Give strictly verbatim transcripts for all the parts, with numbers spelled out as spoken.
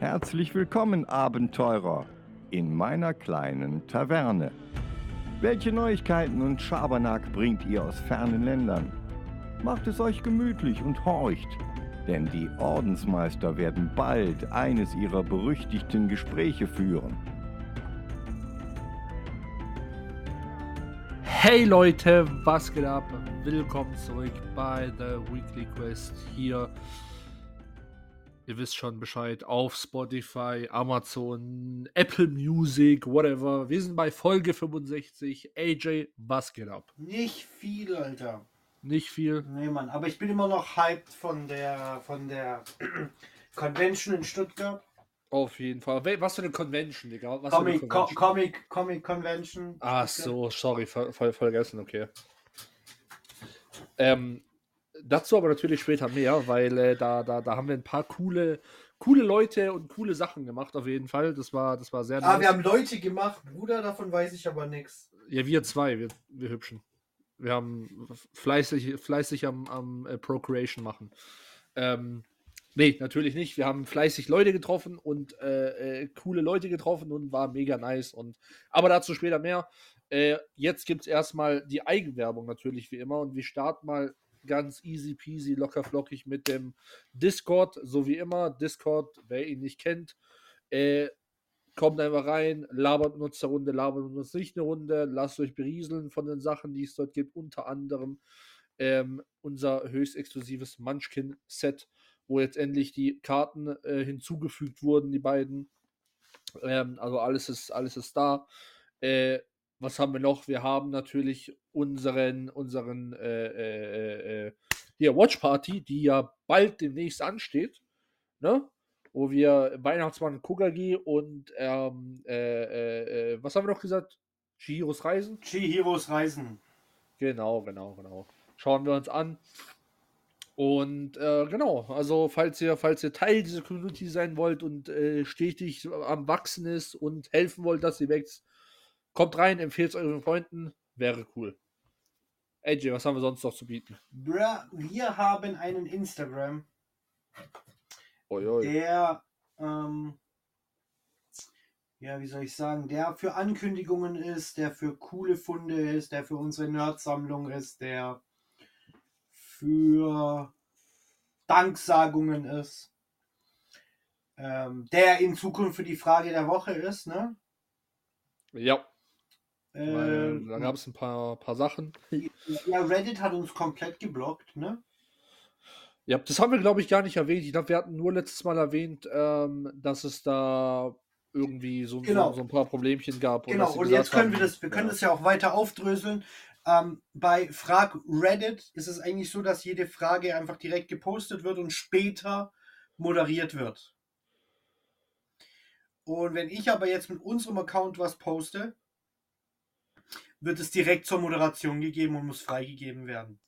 Herzlich willkommen, Abenteurer, in meiner kleinen Taverne. Welche Neuigkeiten und Schabernack bringt ihr aus fernen Ländern? Macht es euch gemütlich und horcht, denn die Ordensmeister werden bald eines ihrer berüchtigten Gespräche führen. Hey Leute, was geht ab? Willkommen zurück bei The Weekly Quest hier. Ihr wisst schon Bescheid, auf Spotify, Amazon, Apple Music, whatever. Wir sind bei Folge fünfundsechzig. A J, was geht ab? Nicht viel, Alter. Nicht viel? Nee, Mann. Aber ich bin immer noch hyped von der, von der Convention in Stuttgart. Auf jeden Fall. Was für eine Convention, Digga? Was Comic, für eine Convention? Co Comic, Comic Convention. Ach so, sorry, voll, voll vergessen, okay. Ähm, dazu aber natürlich später mehr, weil äh, da, da, da haben wir ein paar coole, coole Leute und coole Sachen gemacht, auf jeden Fall. Das war, das war sehr Ah, nice. wir haben Leute gemacht, Bruder, davon weiß ich aber nichts. Ja, wir zwei, wir, wir Hübschen. Wir haben fleißig, fleißig am, am äh, Procreation machen. Ähm, nee, natürlich nicht. Wir haben fleißig Leute getroffen und äh, äh, coole Leute getroffen und war mega nice. Und, aber dazu später mehr. Äh, jetzt gibt es erstmal die Eigenwerbung natürlich wie immer und wir starten mal ganz easy peasy, locker flockig mit dem Discord, so wie immer. Discord, wer ihn nicht kennt, äh, kommt einfach rein, labert mit uns eine Runde, labert mit uns nicht eine Runde, lasst euch berieseln von den Sachen, die es dort gibt, unter anderem ähm, unser höchst exklusives Munchkin-Set, wo jetzt endlich die Karten äh, hinzugefügt wurden, die beiden. Ähm, also alles ist, alles ist da. Äh, was haben wir noch? Wir haben natürlich unseren, unseren äh, äh, äh, hier Watch Party, die ja bald demnächst ansteht, ne? Wo wir Weihnachtsmann Kugagi und ähm, äh, äh, äh, was haben wir noch gesagt? Chihiros Reisen? Chihiros Reisen. Genau, genau, genau. Schauen wir uns an. Und äh, genau, also falls ihr, falls ihr Teil dieser Community sein wollt und äh, stetig am Wachsen ist und helfen wollt, dass sie wächst, kommt rein, empfehlt es euren Freunden, wäre cool. A J, was haben wir sonst noch zu bieten? Bruh, wir haben einen Instagram, Oi, oi. der, ähm, ja, wie soll ich sagen, der für Ankündigungen ist, der für coole Funde ist, der für unsere Nerd-Sammlung ist, der für Danksagungen ist, ähm, der in Zukunft für die Frage der Woche ist, ne? Ja, Äh, weil da gab es ein paar, paar Sachen. ja, Reddit hat uns komplett geblockt, ne? Ja, das haben wir, glaube ich, gar nicht erwähnt. Ich glaube, wir hatten nur letztes Mal erwähnt, ähm, dass es da irgendwie so, Genau. so, so ein paar Problemchen gab. Genau, dass sie und gesagt jetzt können wir haben, das, wir können ja. das ja auch weiter aufdröseln. Ähm, bei Frag Reddit ist es eigentlich so, dass jede Frage einfach direkt gepostet wird und später moderiert wird. Und wenn ich aber jetzt mit unserem Account was poste, wird es direkt zur Moderation gegeben und muss freigegeben werden.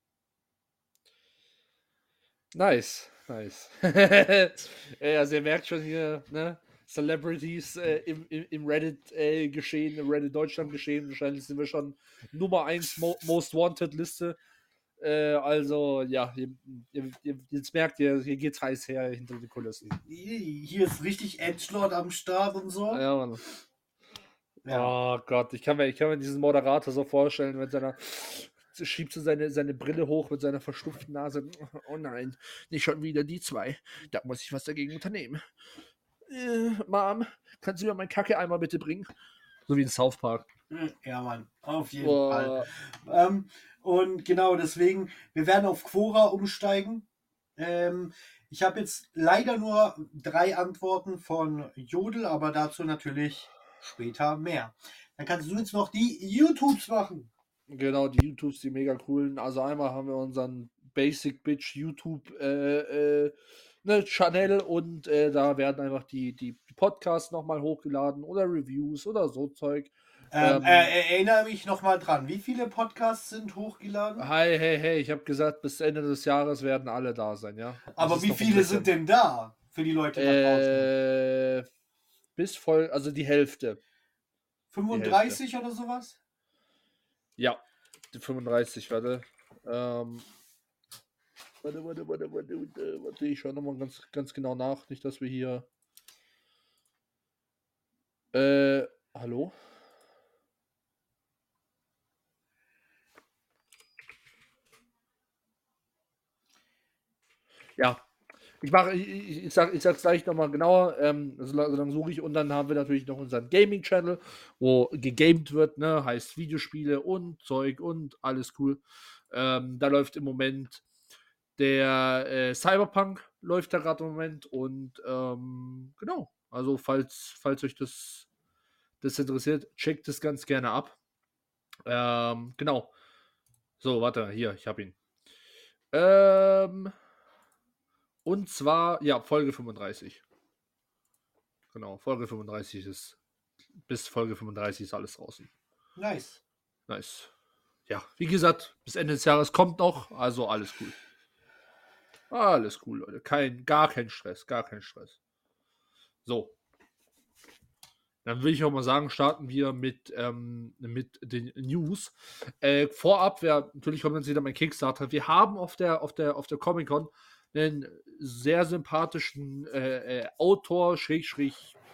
Nice, nice. Ja, also ihr merkt schon hier, ne? Celebrities äh, im, im, im Reddit-Geschehen, äh, im Reddit Deutschland-Geschehen. Wahrscheinlich sind wir schon Nummer eins Mo Most Wanted-Liste. Äh, also, ja, ihr, ihr, ihr, jetzt merkt ihr, hier geht's heiß her hinter den Kulissen. Hier ist richtig Edgelord am Start und so. Ja, Mann. Ja. Oh Gott, ich kann, mir, ich kann mir diesen Moderator so vorstellen, mit seiner. Schiebt so seine, seine Brille hoch mit seiner verstopften Nase. Oh nein, nicht schon wieder die zwei. Da muss ich was dagegen unternehmen. Äh, Mom, kannst du mir meinen Kacke-Eimer bitte bringen? So wie in South Park. Ja, Mann, auf jeden Oh. Fall. Ähm, und genau deswegen, wir werden auf Quora umsteigen. Ähm, ich habe jetzt leider nur drei Antworten von Jodel, aber dazu natürlich später mehr. Dann kannst du jetzt noch die YouTubes machen. Genau, die YouTubes, die mega coolen. Also einmal haben wir unseren Basic Bitch YouTube äh, äh, ne, Channel und äh, da werden einfach die, die Podcasts nochmal hochgeladen oder Reviews oder so Zeug. Ähm, Ähm, äh, erinnere mich nochmal dran. Wie viele Podcasts sind hochgeladen? Hey, hey, hey, ich habe gesagt, bis Ende des Jahres werden alle da sein, ja. Das Aber ist wie noch ein viele bisschen. sind denn da für die Leute da draußen? Äh, bis voll, also die Hälfte. fünfunddreißig oder sowas? Ja, die fünfunddreißig, warte. Ähm, warte, warte, warte, warte, warte, warte, ich schaue nochmal ganz, ganz genau nach, nicht, dass wir hier Äh, hallo? Ja, ich mache, ich, ich, ich, sag, ich sag's gleich nochmal genauer, ähm, so, lang- so lange suche ich und dann haben wir natürlich noch unseren Gaming-Channel, wo gegamed wird, ne, heißt Videospiele und Zeug und alles cool. Ähm, da läuft im Moment der äh, Cyberpunk, läuft da gerade im Moment und ähm, genau, also falls, falls euch das, das interessiert, checkt das ganz gerne ab. Ähm, genau. So, warte, hier, ich habe ihn. Ähm, und zwar, ja, Folge fünfunddreißig. Genau, Folge fünfunddreißig ist, bis Folge fünfunddreißig ist alles draußen. Nice. Nice. Ja, wie gesagt, bis Ende des Jahres kommt noch, also alles cool. Alles cool, Leute. Kein, gar kein Stress, gar kein Stress. So. Dann will ich auch mal sagen, starten wir mit, ähm, mit den News. Äh, vorab, wir, natürlich kommt jetzt wieder mein Kickstarter. Wir haben auf der, auf der, auf der Comic-Con einen sehr sympathischen äh, äh, Autor, Schräg,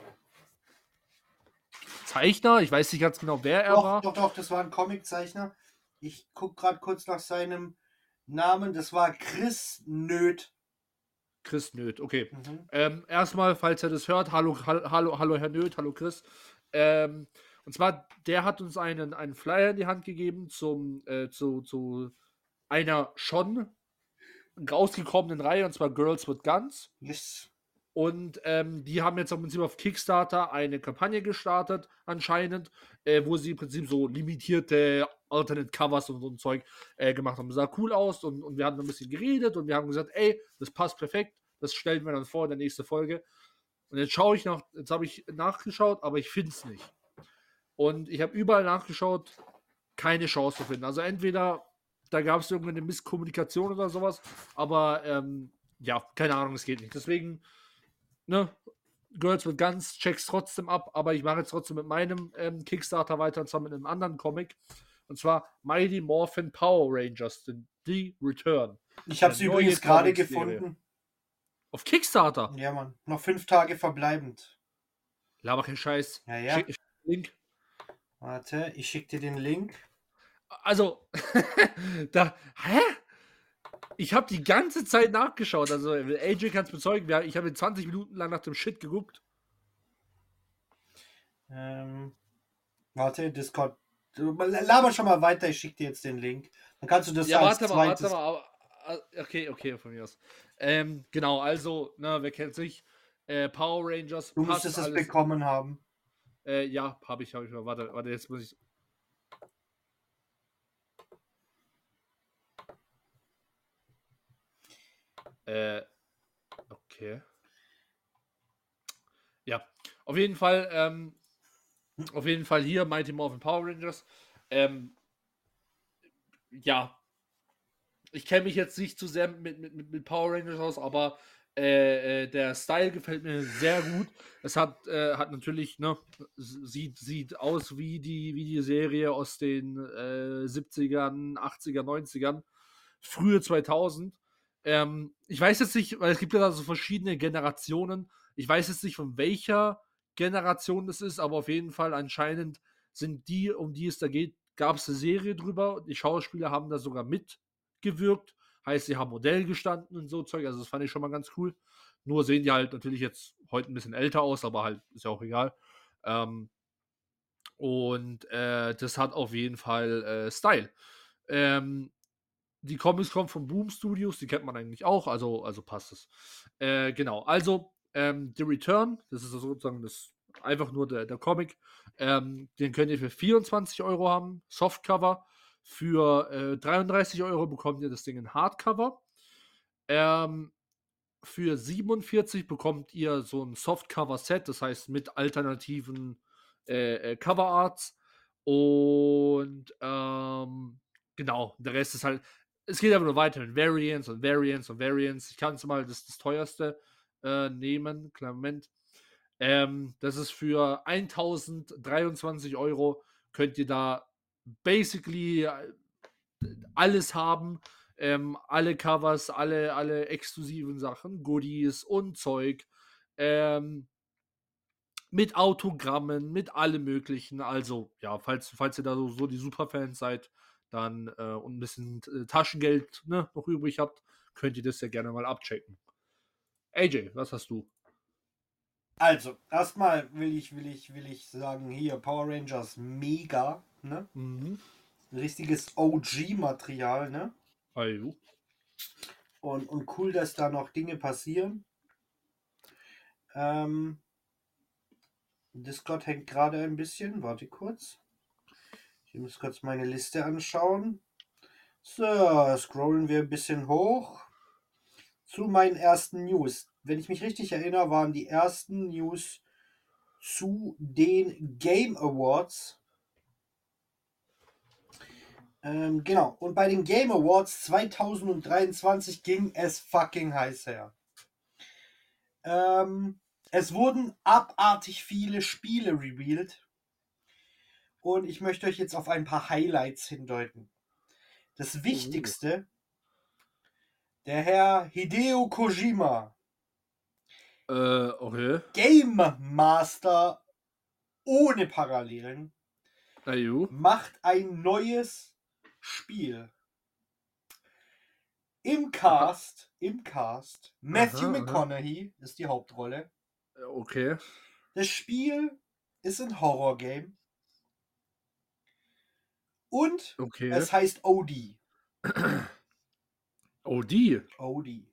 Zeichner. Ich weiß nicht ganz genau, wer er Doch, war. doch, doch, das war ein Comiczeichner. Ich gucke gerade kurz nach seinem Namen. Das war Chris Nöth. Chris Nöth, okay. Mhm. Ähm, erstmal, falls er das hört, hallo, hallo, hallo Herr Nöth, hallo Chris. Ähm, und zwar, der hat uns einen, einen Flyer in die Hand gegeben zum, äh, zu, zu einer schon rausgekommenen Reihe, und zwar Girls with Guns. Yes. Und ähm, die haben jetzt im Prinzip auf Kickstarter eine Kampagne gestartet, anscheinend, äh, wo sie im Prinzip so limitierte Alternate Covers und so ein Zeug äh, gemacht haben. Das sah cool aus und, und wir haben ein bisschen geredet und wir haben gesagt, ey, das passt perfekt, das stellen wir dann vor in der nächsten Folge. Und jetzt schaue ich nach, jetzt habe ich nachgeschaut, aber ich finde es nicht. Und ich habe überall nachgeschaut, keine Chance zu finden. Also entweder da gab es irgendeine Misskommunikation oder sowas, aber ähm, ja, keine Ahnung, es geht nicht. Deswegen, ne, Girls with Guns, check's trotzdem ab, aber ich mache jetzt trotzdem mit meinem ähm, Kickstarter weiter, und zwar mit einem anderen Comic. Und zwar Mighty Morphin Power Rangers, The Return. Ich habe es übrigens gerade gefunden. Auf Kickstarter? Ja, Mann. Noch fünf Tage verbleibend. Laber kein Scheiß. Ja, ja. Schick, Link. Warte, ich schicke dir den Link. Also, da, hä? Ich habe die ganze Zeit nachgeschaut. Also, A J kann es bezeugen. Ich habe zwanzig Minuten lang nach dem Shit geguckt. Ähm, warte, Discord. Laber schon mal weiter, ich schicke dir jetzt den Link. Dann kannst du das ja, als warte mal, zweites... warte mal. Okay, okay, von mir aus. Ähm, genau, also, ne, wer kennt sich? Äh, Power Rangers. Du müsstest es bekommen haben. Äh, ja, habe ich, habe ich mal. Warte, warte, jetzt muss ich. Äh, okay. Ja, auf jeden Fall, ähm, auf jeden Fall hier Mighty Morphin Power Rangers. Ähm, ja, ich kenne mich jetzt nicht zu sehr mit, mit, mit Power Rangers aus, aber äh, äh, der Style gefällt mir sehr gut. Es hat, äh, hat natürlich, ne, sieht, sieht aus wie die, wie die Serie aus den äh, siebzigern, achtzigern, neunzigern, frühe zweitausend. Ähm, ich weiß jetzt nicht, weil es gibt ja da so verschiedene Generationen. Ich weiß jetzt nicht, von welcher Generation das ist, aber auf jeden Fall anscheinend sind die, um die es da geht, gab es eine Serie drüber. Die Schauspieler haben da sogar mitgewirkt. Heißt, sie haben Modell gestanden und so Zeug. Also das fand ich schon mal ganz cool. Nur sehen die halt natürlich jetzt heute ein bisschen älter aus, aber halt ist ja auch egal. Ähm, und äh, das hat auf jeden Fall äh, Style. Ähm, die Comics kommen von Boom Studios, die kennt man eigentlich auch, also, also passt es. Äh, genau, also ähm, The Return, das ist sozusagen das, einfach nur der, der Comic. Ähm, den könnt ihr für vierundzwanzig Euro haben, Softcover. Für äh, dreiunddreißig Euro bekommt ihr das Ding in Hardcover. Ähm, für siebenundvierzig bekommt ihr so ein Softcover-Set, das heißt mit alternativen äh, äh, Coverarts. Und ähm, genau, der Rest ist halt, es geht aber nur weiter mit Variants und Variants und Variants. Ich kann es mal das, das teuerste äh, nehmen. Kleinen Moment. Ähm, das ist für tausenddreiundzwanzig Euro. Könnt ihr da basically alles haben. Ähm, alle Covers, alle, alle exklusiven Sachen, Goodies und Zeug. Ähm, mit Autogrammen, mit allem Möglichen. Also, ja, falls, falls ihr da so, so die Superfans seid, dann äh, und ein bisschen äh, Taschengeld ne, noch übrig habt, könnt ihr das ja gerne mal abchecken. A J, was hast du? Also, erstmal will ich, will ich, will ich sagen, hier Power Rangers mega, ne? Mhm. Ein richtiges O G-Material, ne? Ayo. Und, und cool, dass da noch Dinge passieren. Ähm, Discord hängt gerade ein bisschen. Warte kurz. Ich muss kurz meine Liste anschauen. So, scrollen wir ein bisschen hoch zu meinen ersten News. Wenn ich mich richtig erinnere, waren die ersten News zu den Game Awards. Ähm, genau. Und bei den Game Awards zwanzig dreiundzwanzig ging es fucking heiß her. Ähm, es wurden abartig viele Spiele revealed. Und ich möchte euch jetzt auf ein paar Highlights hindeuten. Das Wichtigste, der Herr Hideo Kojima, Äh, okay. Game Master ohne Parallelen, Ayo. macht ein neues Spiel. Im Cast, im Cast, Matthew Aha, aha. McConaughey ist die Hauptrolle. Okay. Das Spiel ist ein Horror-Game. Und Okay. es heißt O D. Oh, die. O D.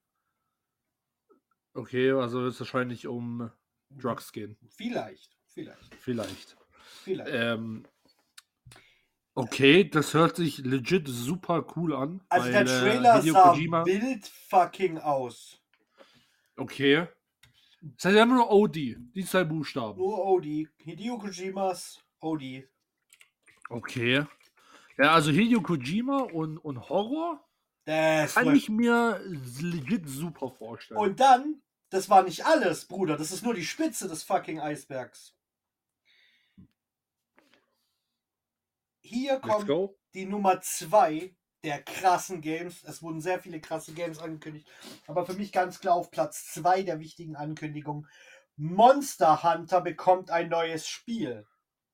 Okay, also wird es wahrscheinlich um Drugs gehen. Vielleicht, vielleicht, Vielleicht. vielleicht. Ähm, okay, das hört sich legit super cool an. Also weil, der äh, Trailer Hideo sah Kojima. wild fucking aus. Okay. Das heißt einfach nur O D, die zwei Buchstaben. Nur O D. Hideo Kojimas O D. Okay. Ja, also Hideo Kojima und, und Horror Das kann wird- ich mir legit super vorstellen. Und dann, das war nicht alles, Bruder. Das ist nur die Spitze des fucking Eisbergs. Hier Let's kommt go. die Nummer zwei der krassen Games. Es wurden sehr viele krasse Games angekündigt. Aber für mich ganz klar auf Platz zwei der wichtigen Ankündigungen. Monster Hunter bekommt ein neues Spiel.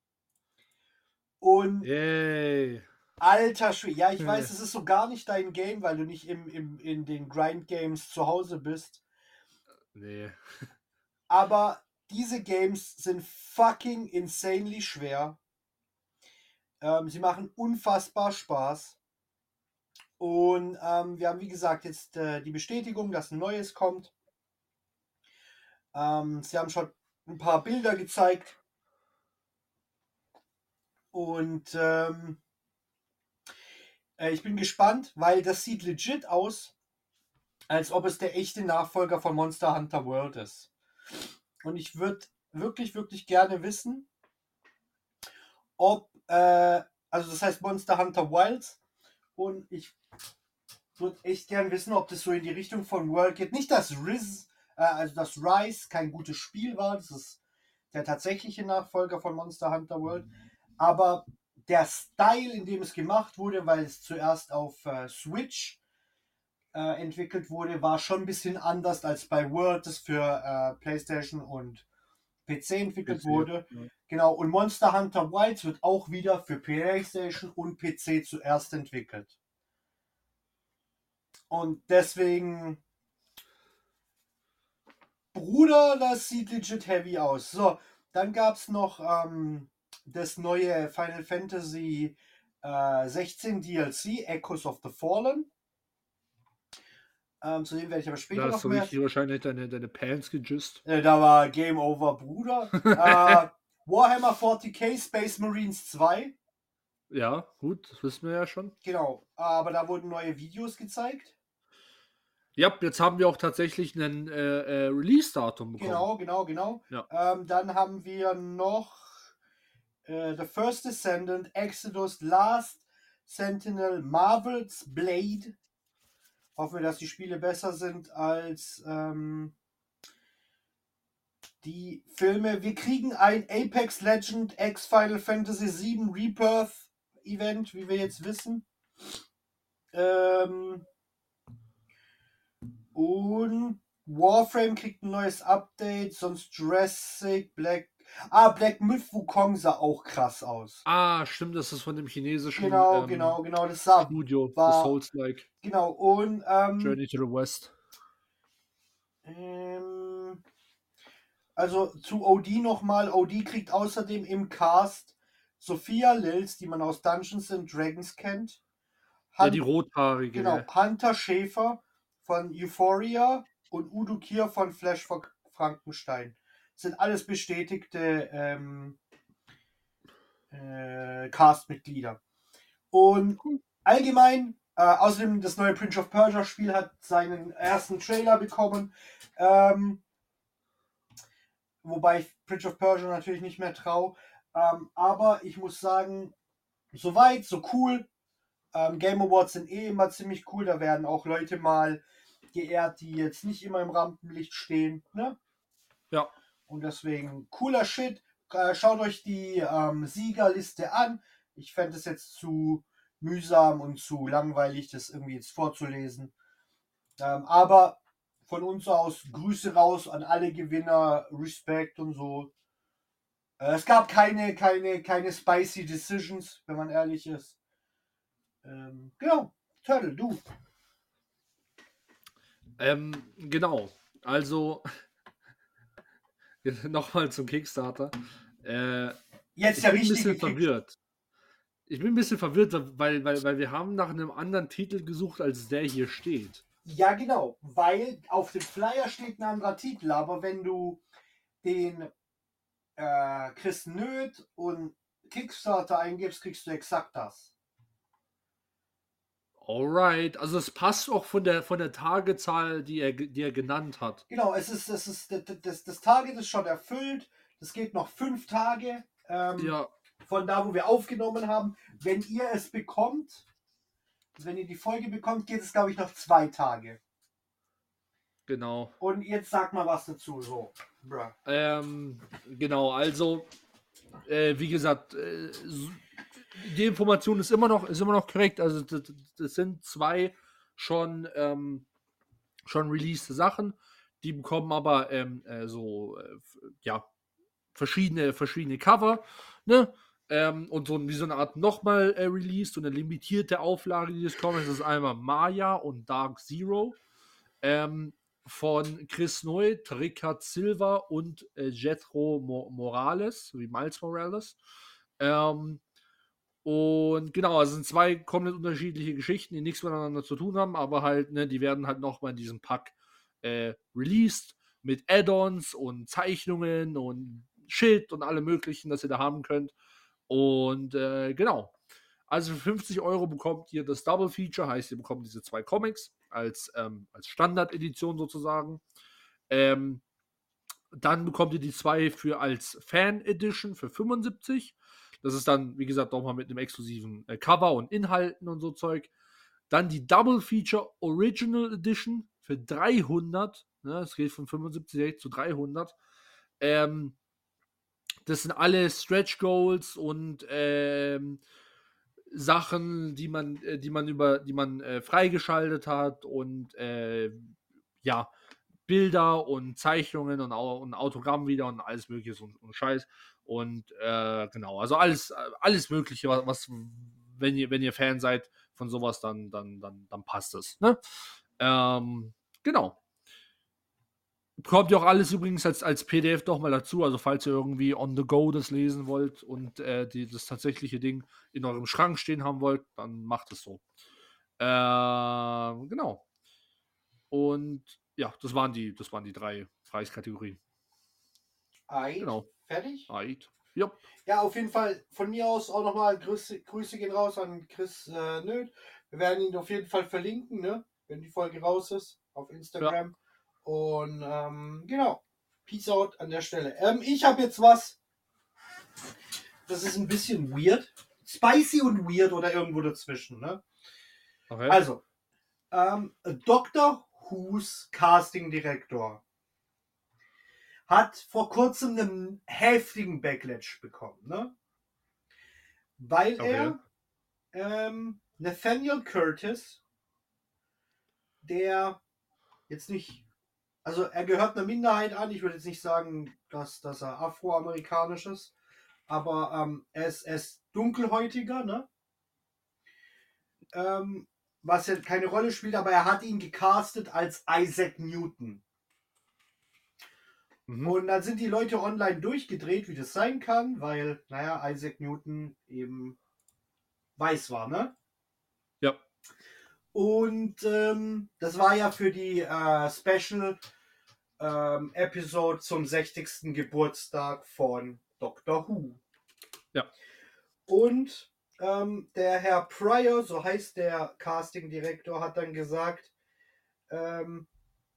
Und Yay. alter Schwede. Ja, ich weiß, es ist so gar nicht dein Game, weil du nicht im, im, in den Grind-Games zu Hause bist. Nee. Aber diese Games sind fucking insanely schwer. Ähm, sie machen unfassbar Spaß. Und ähm, wir haben, wie gesagt, jetzt äh, die Bestätigung, dass ein neues kommt. Ähm, sie haben schon ein paar Bilder gezeigt. Und ähm, äh, ich bin gespannt, weil das sieht legit aus, als ob es der echte Nachfolger von Monster Hunter World ist. Und ich würde wirklich, wirklich gerne wissen, ob, äh, also das heißt Monster Hunter Wilds. Und ich würde echt gern wissen, ob das so in die Richtung von World geht. Nicht, dass Riz, äh, also dass Rise kein gutes Spiel war. Das ist der tatsächliche Nachfolger von Monster Hunter World. Aber der Style, in dem es gemacht wurde, weil es zuerst auf äh, Switch äh, entwickelt wurde, war schon ein bisschen anders als bei World, das für äh, PlayStation und P C entwickelt P C, wurde. ja. Genau, und Monster Hunter Wilds wird auch wieder für PlayStation und P C zuerst entwickelt. Und deswegen, Bruder, das sieht legit heavy aus. So, dann gab es noch ähm, das neue Final Fantasy äh, sechzehn D L C, Echoes of the Fallen. Ähm, zu dem werde ich aber später Da noch hast du mehr. richtig wahrscheinlich deine, deine Pants gejist. Äh, da war Game Over, Bruder. äh, Warhammer forty K Space Marines zwei. Ja, gut, das wissen wir ja schon. Genau, aber da wurden neue Videos gezeigt. Ja, jetzt haben wir auch tatsächlich ein äh, äh, Release-Datum bekommen. Genau, genau, genau. Ja. Ähm, dann haben wir noch äh, The First Descendant, Exodus, Last Sentinel, Marvel's Blade. Hoffen wir, dass die Spiele besser sind als ähm, die Filme. Wir kriegen ein Apex Legend X Final Fantasy sieben Rebirth Event, wie wir jetzt wissen. Ähm, und Warframe kriegt ein neues Update, sonst Jurassic, Black. Ah, Black Myth Wukong sah auch krass aus. Ah, stimmt, das ist von dem chinesischen Genau, ähm, genau, genau. Das sah, Studio, war, The Souls-like. Genau, und ähm, Journey to the West. Ähm, also zu O D nochmal. O D kriegt außerdem im Cast Sophia Lills, die man aus Dungeons and Dragons kennt. Ja, die Hun- rothaarige. genau, gell? Hunter Schäfer von Euphoria und Udo Kier von Flash von Frankenstein. Sind alles bestätigte ähm, äh, Cast-Mitglieder. Und Cool. allgemein, äh, außerdem das neue Prince of Persia Spiel hat seinen ersten Trailer bekommen. Ähm, wobei ich Prince of Persia natürlich nicht mehr traue. Ähm, aber ich muss sagen, so weit, so cool. Ähm, Game Awards sind eh immer ziemlich cool. Da werden auch Leute mal geehrt, die jetzt nicht immer im Rampenlicht stehen. Ne? Ja. Und deswegen cooler Shit. Äh, schaut euch die ähm, Siegerliste an. Ich fände es jetzt zu mühsam und zu langweilig, das irgendwie jetzt vorzulesen. Ähm, aber von uns aus Grüße raus an alle Gewinner, Respekt und so. Äh, es gab keine, keine, keine spicy Decisions, wenn man ehrlich ist. Ähm, genau, Turtle, du. Ähm, genau. Also, nochmal zum Kickstarter. Äh, Jetzt ich der bin ein richtige bisschen Kick. verwirrt. Ich bin ein bisschen verwirrt, weil, weil, weil wir haben nach einem anderen Titel gesucht, als der hier steht. Ja, genau, weil auf dem Flyer steht ein anderer Titel, aber wenn du den äh, Chris Nöth und Kickstarter eingibst, kriegst du exakt das. Alright, also es passt auch von der, von der Tagezahl, die er, die er genannt hat. Genau, es ist, es ist das, das, das Target ist schon erfüllt. Das geht noch fünf Tage ähm, Ja, von da, wo wir aufgenommen haben. Wenn ihr es bekommt, wenn ihr die Folge bekommt, geht es, glaube ich, noch zwei Tage. genau. Und jetzt sag mal was dazu. So, bruh. Ähm, genau, also, äh, wie gesagt, äh, die Information ist immer noch, ist immer noch korrekt. Also, das, das sind zwei schon, ähm, schon released Sachen. Die bekommen aber ähm, äh, so, äh, ja, verschiedene, verschiedene Cover, ne? Ähm, und so wie so eine Art nochmal äh, released, so eine limitierte Auflage dieses Comics. Das ist einmal Maya und Dark Zero. Ähm, von Chris Neu, Rickard Silva und äh, Jethro Mo Morales, wie Miles Morales. Ähm, und genau, also sind zwei komplett unterschiedliche Geschichten, die nichts miteinander zu tun haben, aber halt, ne, die werden halt nochmal in diesem Pack äh, released mit Add-ons und Zeichnungen und Shit und alle möglichen, das ihr da haben könnt. Und äh, genau. Also für fünfzig Euro bekommt ihr das Double Feature, heißt, ihr bekommt diese zwei Comics als, ähm, als Standard-Edition sozusagen. Ähm, dann bekommt ihr die zwei für als Fan Edition für fünfundsiebzig. Das ist dann, wie gesagt, nochmal mit einem exklusiven äh, Cover und Inhalten und so Zeug. Dann die Double Feature Original Edition für dreihundert. Ne, es geht von fünfundsiebzig zu dreihundert. Ähm, das sind alle Stretch Goals und ähm, Sachen, die man, äh, die man über, die man äh, freigeschaltet hat und äh, ja, Bilder und Zeichnungen und, Au und Autogramm wieder und alles mögliche und, und Scheiß. Und äh, genau, also alles, alles Mögliche, was, was, wenn ihr, wenn ihr Fan seid von sowas, dann, dann, dann, dann passt es. Ne? Ähm, genau. Kommt ja auch alles übrigens als, als P D F doch mal dazu. Also, falls ihr irgendwie on the go das lesen wollt und äh, die, das tatsächliche Ding in eurem Schrank stehen haben wollt, dann macht es so. Ähm, genau. Und ja, das waren die, das waren die drei Preiskategorien. Eid, Genau. fertig? Eid. Ja. Ja, auf jeden Fall von mir aus auch nochmal Grüße, Grüße gehen raus an Chris äh, Nöth. Wir werden ihn auf jeden Fall verlinken, ne? Wenn die Folge raus ist, auf Instagram. Und ähm, genau. Peace out an der Stelle. Ähm, ich habe jetzt was. Das ist ein bisschen weird. Spicy und weird oder irgendwo dazwischen, ne? Okay. Also, ähm, Doctor Who's Casting Director hat vor kurzem einen heftigen Backlash bekommen, ne? Weil Okay. er ähm, Nathaniel Curtis, der jetzt nicht, also er gehört einer Minderheit an. Ich würde jetzt nicht sagen, dass, dass er afroamerikanisch ist, aber ähm, er, ist, er ist dunkelhäutiger, ne? Ähm, was ja keine Rolle spielt, aber er hat ihn gecastet als Isaac Newton. Mhm. Und dann sind die Leute online durchgedreht, wie das sein kann, weil, naja, Isaac Newton eben weiß war, ne? Ja. Und ähm, das war ja für die äh, Special ähm, Episode zum sechzigsten Geburtstag von Doctor Who. Ja. Und ähm, der Herr Pryor, so heißt der Casting-Direktor, hat dann gesagt, ähm,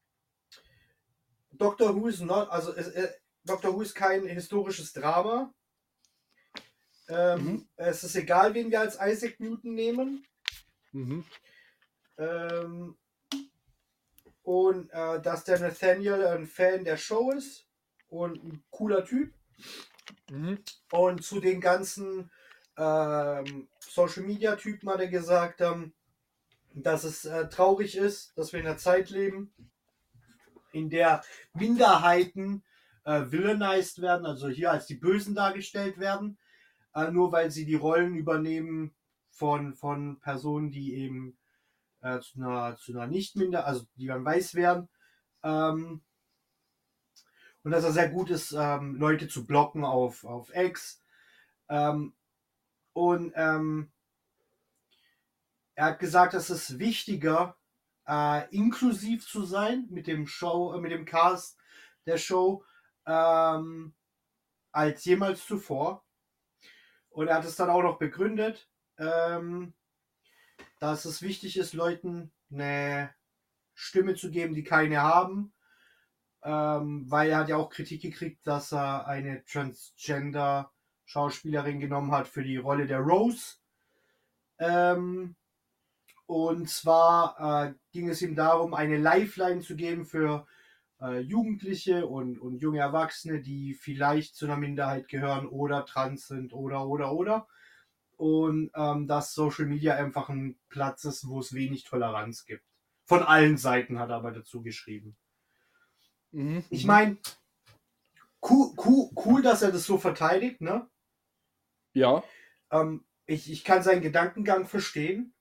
Doctor Who ist not, also äh, Doctor Who ist kein historisches Drama. Ähm, Mhm. Es ist egal, wen wir als Isaac Newton nehmen. Mhm. Ähm, und äh, dass der Nathaniel ein Fan der Show ist und ein cooler Typ. Mhm. Und zu den ganzen ähm, Social Media Typen hat er gesagt, ähm, dass es äh, traurig ist, dass wir in einer Zeit leben, in der Minderheiten äh, villainized werden, also hier als die Bösen dargestellt werden, äh, nur weil sie die Rollen übernehmen von, von Personen, die eben äh, zu einer, zu einer Nicht-Minder, also die dann weiß werden. Ähm, und dass er sehr gut ist, ähm, Leute zu blocken auf, auf X. Ähm, und ähm, er hat gesagt, es ist wichtiger, äh, inklusiv zu sein mit dem Show, äh, mit dem Cast der Show, ähm, als jemals zuvor. Und er hat es dann auch noch begründet, ähm, dass es wichtig ist, Leuten eine Stimme zu geben, die keine haben. Ähm, weil er hat ja auch Kritik gekriegt, dass er eine Transgender-Schauspielerin genommen hat für die Rolle der Rose. Ähm, und zwar äh, ging es ihm darum, eine Lifeline zu geben für äh, Jugendliche und, und junge Erwachsene, die vielleicht zu einer Minderheit gehören oder trans sind oder oder oder. Und ähm, dass Social Media einfach ein Platz ist, wo es wenig Toleranz gibt. Von allen Seiten hat er aber dazu geschrieben. Mhm. Ich meine, cool, cool, cool, dass er das so verteidigt, ne? Ja. Ähm, ich, ich kann seinen Gedankengang verstehen.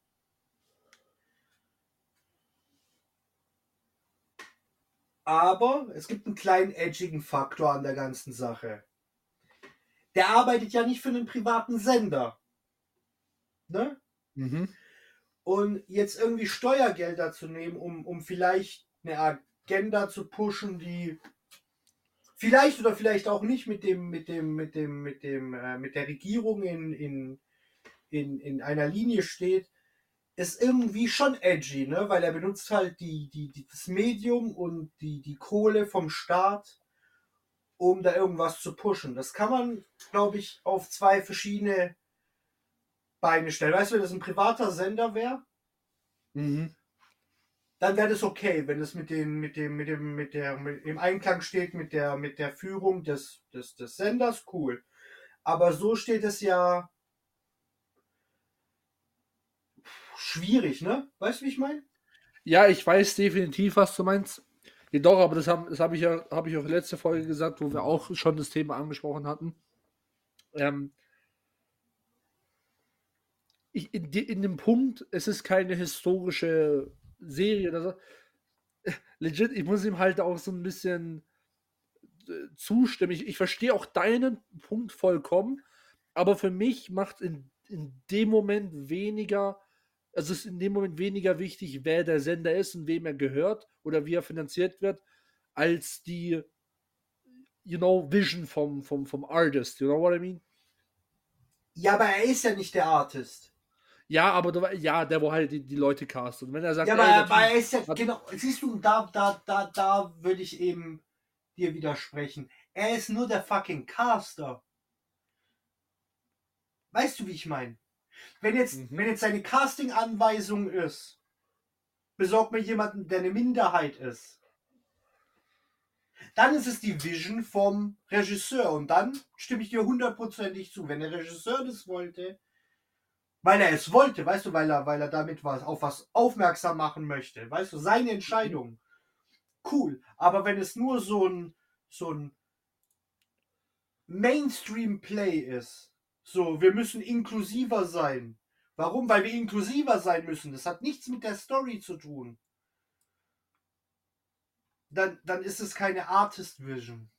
Aber es gibt einen kleinen edgigen Faktor an der ganzen Sache. Der arbeitet ja nicht für einen privaten Sender. Ne? Mhm. Und jetzt irgendwie Steuergelder zu nehmen, um, um vielleicht eine Agenda zu pushen, die vielleicht oder vielleicht auch nicht mit dem, mit dem, mit dem, mit dem, äh, mit der Regierung in, in, in, in einer Linie steht, ist irgendwie schon edgy, ne? Weil er benutzt halt die, die, die, das Medium und die, die Kohle vom Staat, um da irgendwas zu pushen. Das kann man, glaube ich, auf zwei verschiedene Beine stellen. Weißt du, wenn das ein privater Sender wäre, Mhm. dann wäre das okay, wenn es mit dem, mit dem, mit dem, mit der, mit, im Einklang steht mit der, mit der Führung des, des, des Senders, cool. Aber so steht es ja schwierig, ne? Weißt du, wie ich meine? Ja, ich weiß definitiv, was du meinst. Jedoch, aber das habe das hab ich ja habe ich auch letzte Folge gesagt, wo wir auch schon das Thema angesprochen hatten. Ähm, ich, in, de- in dem Punkt, es ist keine historische Serie oder so. Legit, ich muss ihm halt auch so ein bisschen äh, zustimmen. Ich, ich verstehe auch deinen Punkt vollkommen, aber für mich macht in, in dem Moment weniger, also es ist in dem Moment weniger wichtig, wer der Sender ist und wem er gehört oder wie er finanziert wird, als die, you know, Vision vom, vom, vom Artist. You know what I mean? Ja, aber er ist ja nicht der Artist. Ja, aber du, ja, der, wo halt die, die Leute castet. Und wenn er sagt, Ja, aber, ey, der aber er Typ ist ja, hat- genau, siehst du, da, da, da, da würde ich eben dir widersprechen. Er ist nur der fucking Caster. Weißt du, wie ich meine? Wenn jetzt, Mhm. wenn jetzt seine Casting-Anweisung ist, besorg mir jemanden, der eine Minderheit ist, dann ist es die Vision vom Regisseur. Und dann stimme ich dir hundertprozentig zu. Wenn der Regisseur das wollte, weil er es wollte, weißt du, weil er, weil er damit was auf was aufmerksam machen möchte, weißt du, seine Entscheidung. cool. Aber wenn es nur so ein, so ein Mainstream-Play ist, so, wir müssen inklusiver sein. Warum? Weil wir inklusiver sein müssen. Das hat nichts mit der Story zu tun. Dann, dann ist es keine Artist Vision.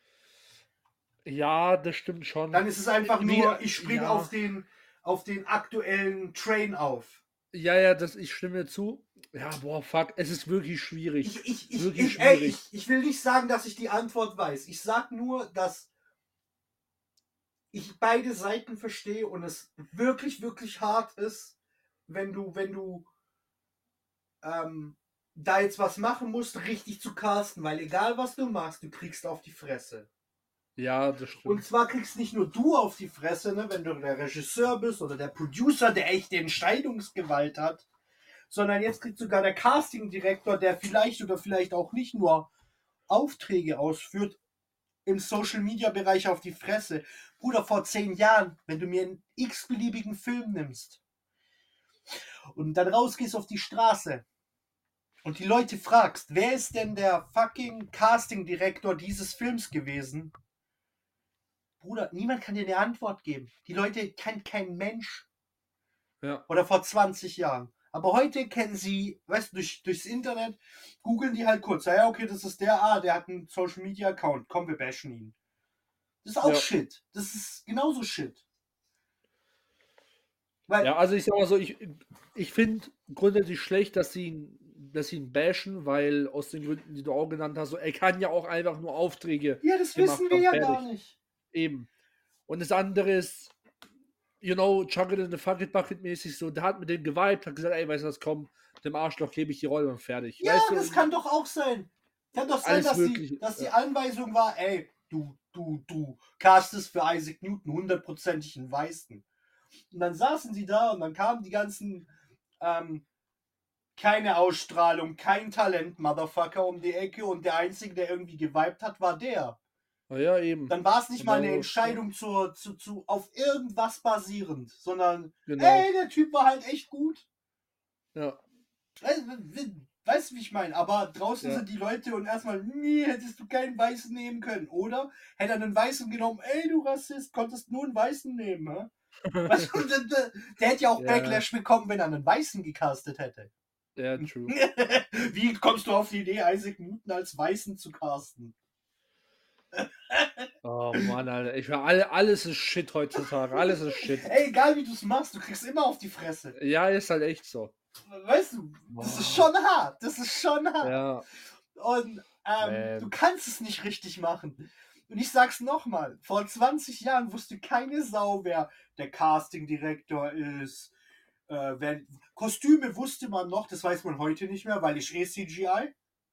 Ja, das stimmt schon. Dann ist es einfach Wie- nur, ich springe ja. auf den, auf den aktuellen Train auf. Ja, ja, das, ich stimme zu. Ja, boah, fuck, es ist wirklich schwierig. Ich, ich, ich, Wirklich ich, ey, schwierig. ich, ich will nicht sagen, dass ich die Antwort weiß. Ich sag nur, dass ich beide Seiten verstehe und es wirklich, wirklich hart ist, wenn du, wenn du ähm, da jetzt was machen musst, richtig zu casten, weil egal was du machst, du kriegst auf die Fresse. Ja, das Und stimmt. zwar kriegst nicht nur du auf die Fresse, ne, wenn du der Regisseur bist oder der Producer, der echt die Entscheidungsgewalt hat, sondern jetzt kriegt sogar der Casting-Direktor, der vielleicht oder vielleicht auch nicht nur Aufträge ausführt, im Social-Media-Bereich auf die Fresse. Bruder, vor zehn Jahren, wenn du mir einen x-beliebigen Film nimmst und dann rausgehst auf die Straße und die Leute fragst, wer ist denn der fucking Casting-Direktor dieses Films gewesen? Bruder, niemand kann dir eine Antwort geben. Die Leute kennt kein Mensch. Ja. Oder vor zwanzig Jahren. Aber heute kennen sie, weißt du, durch, durchs Internet, googeln die halt kurz. Ja, okay, das ist der, ah, der hat einen Social Media Account. Komm, wir bashen ihn. Das ist auch Ja. Shit. Das ist genauso Shit. Weil, Ja, also ich sag mal so, ich, ich finde grundsätzlich schlecht, dass sie ihn, dass sie ihn bashen, weil aus den Gründen, die du auch genannt hast, so, er kann ja auch einfach nur Aufträge ja, das gemacht wissen wir haben, ja fertig. gar nicht. Eben. Und das andere ist, you know, Chuck it in the fuck it bucket mäßig so, der hat mit dem geweibt, hat gesagt, ey, weißt du was, komm, dem Arschloch gebe ich die Rolle und fertig. Ja, weißt du? das kann doch auch sein. Kann doch sein, Alles dass, die, Mögliche, dass die ja. Anweisung war, ey, du, du, du castest für Isaac Newton hundertprozentig einen Weißen. Und dann saßen sie da und dann kamen die ganzen ähm, keine Ausstrahlung, kein Talent, Motherfucker um die Ecke und der Einzige, der irgendwie geweibt hat, war der. Na ja, eben. Dann war es nicht mal eine Genau. Entscheidung zur, zu, zu, auf irgendwas basierend, sondern Genau. ey, der Typ war halt echt gut. Ja. Weißt, weißt du, wie ich meine? Aber draußen Ja. sind die Leute und erstmal, nee, hättest du keinen Weißen nehmen können. Oder hätte er einen Weißen genommen, ey, du Rassist, konntest nur einen Weißen nehmen. Hä? Weißt du, der, der, der hätte ja auch Ja. Backlash bekommen, wenn er einen Weißen gecastet hätte. Ja, true. Wie kommst du auf die Idee, Isaac Newton als Weißen zu casten? Oh Mann, Alter. Ich war alle, alles ist Shit heutzutage. Alles ist Shit. Ey, egal wie du es machst, du kriegst immer auf die Fresse. Ja, ist halt echt so. Weißt du, das ist schon hart. Das ist schon hart. Ja. Und ähm, Man. du kannst es nicht richtig machen. Und ich sag's nochmal, vor zwanzig Jahren wusste keine Sau, wer der Casting-Direktor ist. Äh, wer, Kostüme wusste man noch, das weiß man heute nicht mehr, weil ich eh C G I.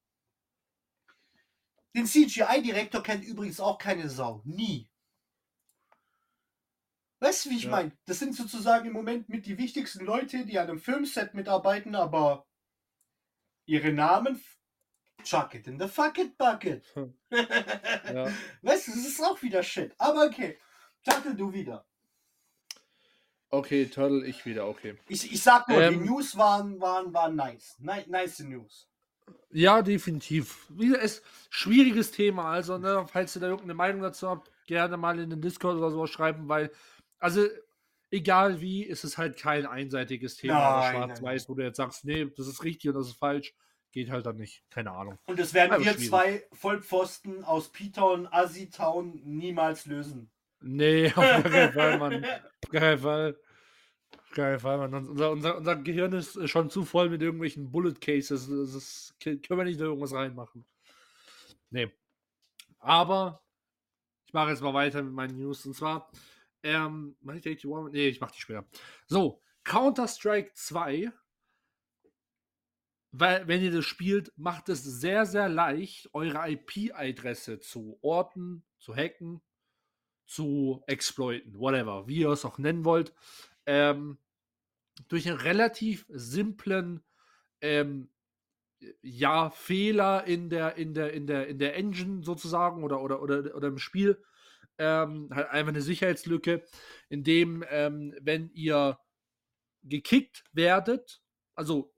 Den C G I-Direktor kennt übrigens auch keine Sau. Nie. Weißt du, wie ich Ja. meine? Das sind sozusagen im Moment mit die wichtigsten Leute, die an einem Filmset mitarbeiten, aber ihre Namen chuck it in the fuck it bucket. Ja. Weißt du, das ist auch wieder Shit. Aber okay. Turtle, du wieder. Okay, Turtle, ich wieder, okay. Ich, ich sag nur, Ähm. die News waren, waren, waren nice. Ni nice News. Ja, definitiv. Wieder ist schwieriges Thema, also, ne, falls ihr da irgendeine Meinung dazu habt, gerne mal in den Discord oder so schreiben, weil, also, egal wie, ist es halt kein einseitiges Thema oder Nein, schwarz-weiß, wo du jetzt sagst, nee, das ist richtig und das ist falsch. Geht halt dann nicht. Keine Ahnung. Und das werden Aber wir schwierig. zwei Vollpfosten aus P-Town, Assi-Town niemals lösen. Nee, auf gar keinen Fall, Mann. Auf gar keinen Fall. Auf gar keinen Fall, Mann. Unser, unser, unser Gehirn ist äh, schon zu voll mit irgendwelchen Bullet Cases. Das ist, können wir nicht da irgendwas reinmachen. Nee. Aber ich mache jetzt mal weiter mit meinen News. Und zwar, ähm, mach ich die einundachtzig? Nee, ich mach die später. So, Counter-Strike zwei. Weil, wenn ihr das spielt, macht es sehr, sehr leicht, eure I P-Adresse zu orten, zu hacken, zu exploiten, whatever, wie ihr es auch nennen wollt, ähm, durch einen relativ simplen ähm, ja, Fehler in der, in der, in der, in der Engine sozusagen oder, oder, oder, oder im Spiel, ähm, halt einfach eine Sicherheitslücke, in dem, ähm, wenn ihr gekickt werdet, also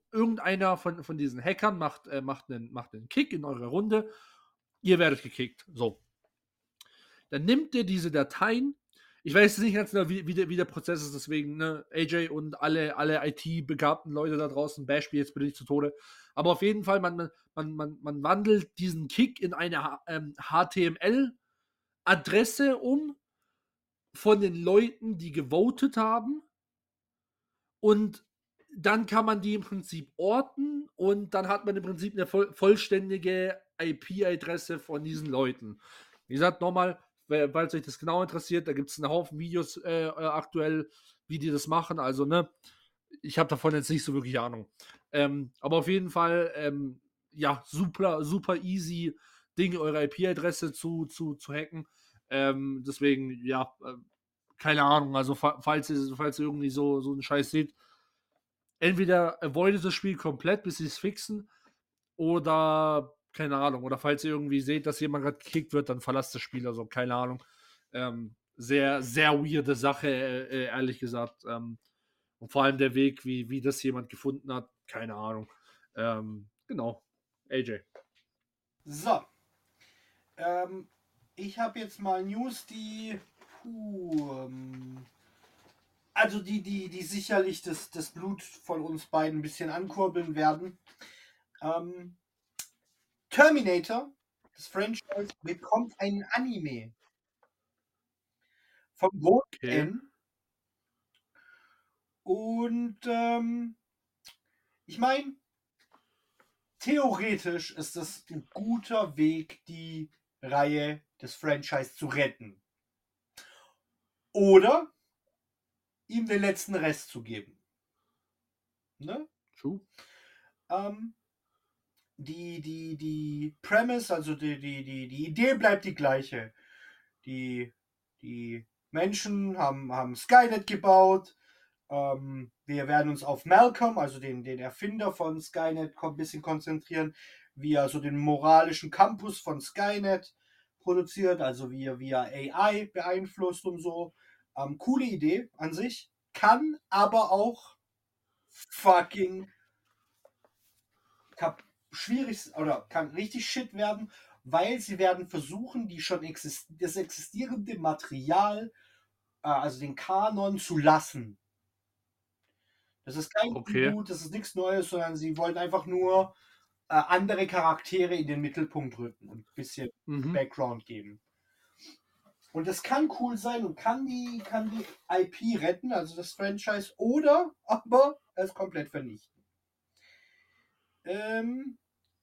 irgendeiner von, von diesen Hackern macht, äh, macht, einen, macht einen Kick in eure Runde, ihr werdet gekickt. So. Dann nimmt ihr diese Dateien. Ich weiß jetzt nicht ganz genau, wie, wie, der, wie der Prozess ist, deswegen, ne, A J und alle, alle I T-begabten Leute da draußen, bash mir jetzt bitte nicht zu Tode. Aber auf jeden Fall, man, man, man, man wandelt diesen Kick in eine ähm, H T M L-Adresse um von den Leuten, die gewotet haben. Und dann kann man die im Prinzip orten und dann hat man im Prinzip eine voll, vollständige I P-Adresse von diesen Leuten. Wie gesagt, nochmal, falls euch das genau interessiert, da gibt es einen Haufen Videos äh, aktuell, wie die das machen. Also, ne, ich habe davon jetzt nicht so wirklich Ahnung. Ähm, aber auf jeden Fall, ähm, ja, super, super easy Ding, eure I P-Adresse zu, zu, zu hacken. Ähm, deswegen, ja, äh, keine Ahnung. Also, fa falls ihr, falls ihr irgendwie so, so einen Scheiß seht, entweder avoidet das Spiel komplett, bis sie es fixen, oder keine Ahnung, oder falls ihr irgendwie seht, dass jemand gerade gekickt wird, dann verlasst das Spiel, also keine Ahnung. Ähm, sehr, sehr weirde Sache, äh, ehrlich gesagt. Ähm, und vor allem der Weg, wie, wie das jemand gefunden hat, keine Ahnung. Ähm, genau. A J. So. Ähm, ich habe jetzt mal News, die. Puh, ähm, also die, die, die sicherlich das, das Blut von uns beiden ein bisschen ankurbeln werden. Ähm, Terminator, das Franchise, bekommt einen Anime. Vom großen Okay. N. Und ähm, ich meine, theoretisch ist das ein guter Weg, die Reihe des Franchise zu retten. Oder ihm den letzten Rest zu geben. Ne? True. Ähm, die, die, die Premise, also die, die, die, die Idee bleibt die gleiche. Die, die Menschen haben, haben Skynet gebaut. Ähm, wir werden uns auf Malcolm, also den, den Erfinder von Skynet, ein bisschen konzentrieren, wie er so den moralischen Campus von Skynet produziert, also wie er via A I beeinflusst und so. Ähm, coole Idee an sich, kann aber auch fucking kap schwierig oder kann richtig shit werden, weil sie werden versuchen, die schon exist das existierende Material, äh, also den Kanon, zu lassen. Das ist kein Okay. Reboot, das ist nichts Neues, sondern sie wollen einfach nur äh, andere Charaktere in den Mittelpunkt rücken und ein bisschen Mhm. Background geben. Und das kann cool sein und kann die, kann die I P retten, also das Franchise, oder aber es komplett vernichten. Ähm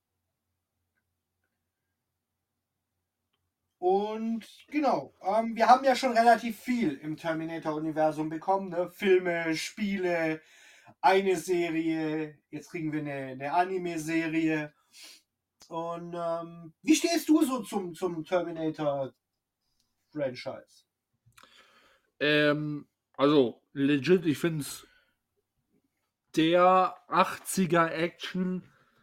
und genau, ähm, wir haben ja schon relativ viel im Terminator-Universum bekommen, ne? Filme, Spiele, eine Serie, jetzt kriegen wir eine, eine Anime-Serie. Und ähm, wie stehst du so zum, zum Terminator-Franchise? Ähm, also, legit, ich finde es der achtziger Action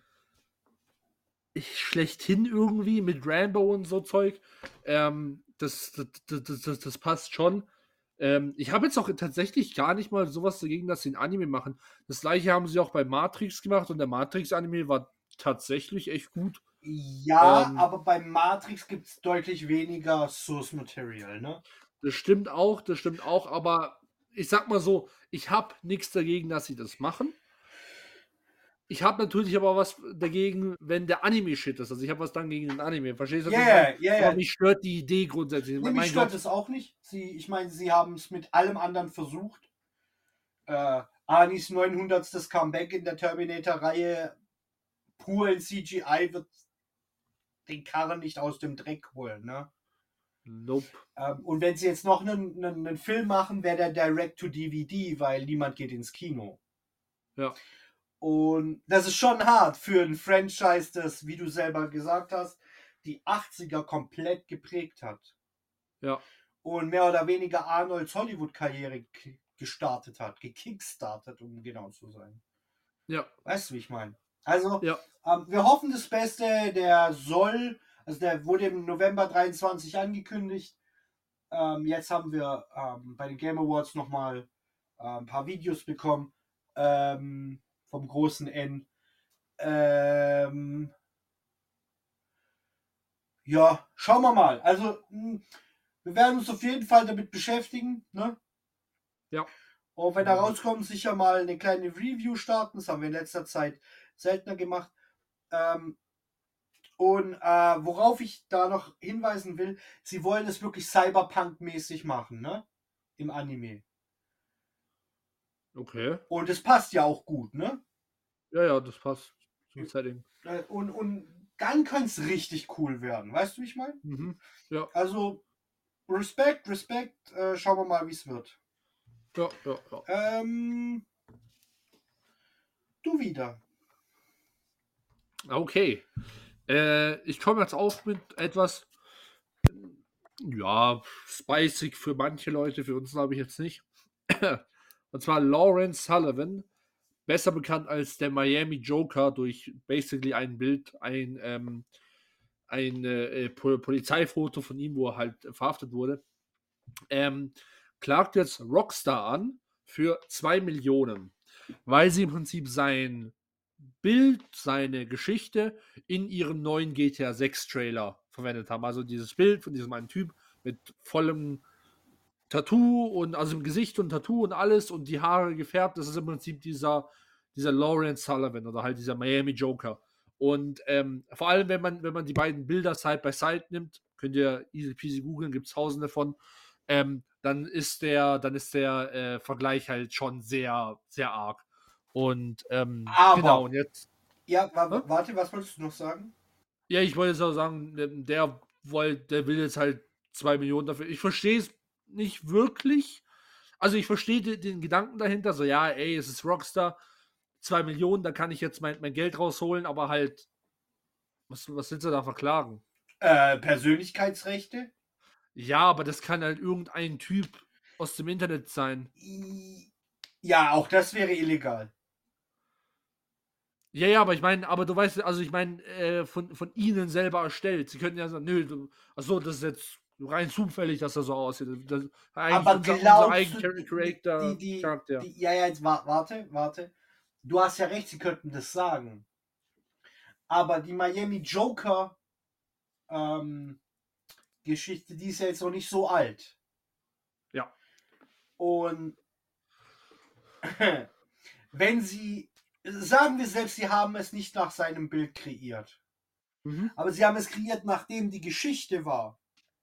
ich schlechthin irgendwie mit Rambo und so Zeug. Ähm, das, das, das, das, das passt schon. Ähm, ich habe jetzt auch tatsächlich gar nicht mal sowas dagegen, dass sie ein Anime machen. Das gleiche haben sie auch bei Matrix gemacht und der Matrix-Anime war tatsächlich echt gut. Ja, Ähm, aber bei Matrix gibt es deutlich weniger Source Material, ne? Das stimmt auch, das stimmt auch, aber ich sag mal so, ich habe nichts dagegen, dass sie das machen. Ich habe natürlich aber was dagegen, wenn der Anime-Shit ist. Also ich habe was dann gegen den Anime. Verstehst du, was Ja, ich ja, meine? ja, Aber ja. mich stört die Idee grundsätzlich. Nee, mich mein stört Gott, es auch nicht. Sie, ich meine, sie haben es mit allem anderen versucht. Äh, Anis neunhundertstes Comeback in der Terminator-Reihe pur in C G I wird den Karren nicht aus dem Dreck holen, ne? nope. Ähm, und wenn sie jetzt noch einen, einen, einen Film machen, wäre der Direct to D V D, weil niemand geht ins Kino. Ja. Und das ist schon hart für ein Franchise, das, wie du selber gesagt hast, die achtziger komplett geprägt hat. Ja. Und mehr oder weniger Arnolds Hollywood-Karriere gestartet hat, gekickstartet, um genau zu sein. Ja. Weißt du, wie ich meine? Also, Ja. ähm, wir hoffen das Beste, der soll, also der wurde im November dreiundzwanzig angekündigt. Ähm, jetzt haben wir ähm, bei den Game Awards nochmal äh, ein paar Videos bekommen. Ähm, vom großen N. Ähm, ja, schauen wir mal. Also, mh, wir werden uns auf jeden Fall damit beschäftigen. Ne? Ja. Und wenn da rauskommt, sicher mal eine kleine Review starten. Das haben wir in letzter Zeit seltener gemacht. Ähm, und äh, worauf ich da noch hinweisen will, sie wollen es wirklich Cyberpunk-mäßig machen, ne? Im Anime. Okay. Und es passt ja auch gut, ne? Ja, ja, das passt zum Setting. Äh, Und, und dann kann es richtig cool werden. Weißt du, wie ich meine? Mhm. Ja, Also, Respekt, Respekt. Äh, schauen wir mal, wie es wird. ja, ja, ja. Ähm, du wieder. Okay. Äh, ich komme jetzt auch mit etwas, ja, spicy für manche Leute, für uns glaube ich jetzt nicht. Und zwar Lawrence Sullivan, besser bekannt als der Miami Joker durch basically ein Bild, ein, ähm, ein äh, Po- Polizeifoto von ihm, wo er halt verhaftet wurde, ähm, klagt jetzt Rockstar an für zwei Millionen, weil sie im Prinzip sein Bild, seine Geschichte in ihrem neuen G T A sechs Trailer verwendet haben. Also dieses Bild von diesem einen Typ mit vollem Tattoo und also im Gesicht und Tattoo und alles und die Haare gefärbt, das ist im Prinzip dieser, dieser Lawrence Sullivan oder halt dieser Miami Joker. Und ähm, vor allem, wenn man, wenn man die beiden Bilder Side by Side nimmt, könnt ihr easy peasy googeln, gibt es tausende von, ähm, dann ist der, dann ist der äh, Vergleich halt schon sehr, sehr arg. Und ähm, Aber, genau, und jetzt. ja, wa Hä? warte, was wolltest du noch sagen? Ja, ich wollte jetzt auch sagen, der, der wollt, der will jetzt halt zwei Millionen dafür. Ich verstehe es nicht wirklich. Also ich verstehe den, den Gedanken dahinter, so ja, ey, es ist Rockstar, zwei Millionen, da kann ich jetzt mein, mein Geld rausholen, aber halt, was, was willst du da verklagen? Äh, Persönlichkeitsrechte? Ja, aber das kann halt irgendein Typ aus dem Internet sein. I- Ja, auch das wäre illegal. Ja, ja, aber ich meine, aber du weißt, also ich meine, äh, von, von ihnen selber erstellt. Sie könnten ja sagen, nö, du, achso, das ist jetzt rein zufällig, dass er so aussieht. Das, eigentlich Aber unser, unser glaubst eigen du, die, Charakter, die, die, Charakter. die, ja, ja, jetzt wa warte, warte. Du hast ja recht, sie könnten das sagen. Aber die Miami Joker ähm, Geschichte, die ist ja jetzt noch nicht so alt. Ja. Und wenn sie, sagen wir selbst, sie haben es nicht nach seinem Bild kreiert. Mhm. Aber sie haben es kreiert, nachdem die Geschichte war.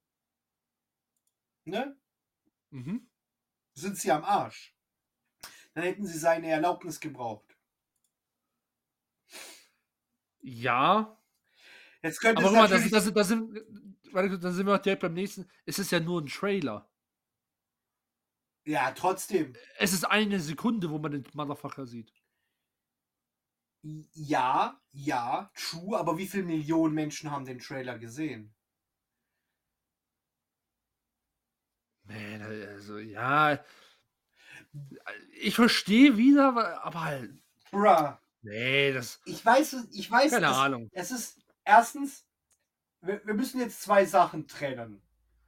Ne? Mhm. Sind sie am Arsch. Dann hätten sie seine Erlaubnis gebraucht. Ja. Jetzt könnte Aber es guck mal, das, natürlich... das, das sind, warte, dann sind wir auch direkt beim nächsten. Es ist ja nur ein Trailer. Ja, trotzdem. Es ist eine Sekunde, wo man den Motherfucker sieht. Ja, ja, true, aber wie viele Millionen Menschen haben den Trailer gesehen? Man, also ja. Ich verstehe wieder, aber halt. Bruh. Nee, das. Ich weiß, ich weiß, Keine es, Ahnung. es ist erstens, wir, wir müssen jetzt zwei Sachen trennen.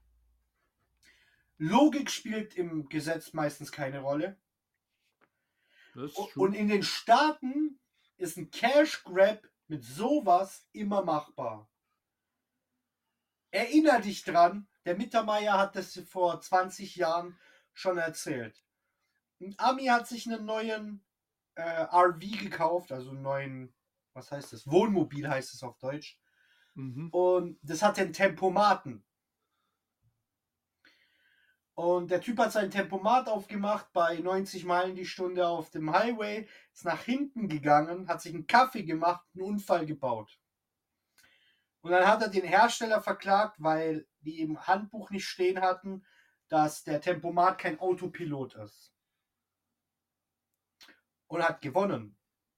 Logik spielt im Gesetz meistens keine Rolle. Das ist Und true. in den Staaten ist ein Cash Grab mit sowas immer machbar. Erinner dich dran, der Mittermeier hat das vor zwanzig Jahren schon erzählt. Ein Ami hat sich einen neuen äh, R V gekauft, also einen neuen, was heißt das? Wohnmobil heißt es auf Deutsch. Mhm. Und das hat den Tempomaten. Und der Typ hat sein Tempomat aufgemacht bei neunzig Meilen die Stunde auf dem Highway, ist nach hinten gegangen, hat sich einen Kaffee gemacht, einen Unfall gebaut. Und dann hat er den Hersteller verklagt, weil die im Handbuch nicht stehen hatten, dass der Tempomat kein Autopilot ist. Und hat gewonnen.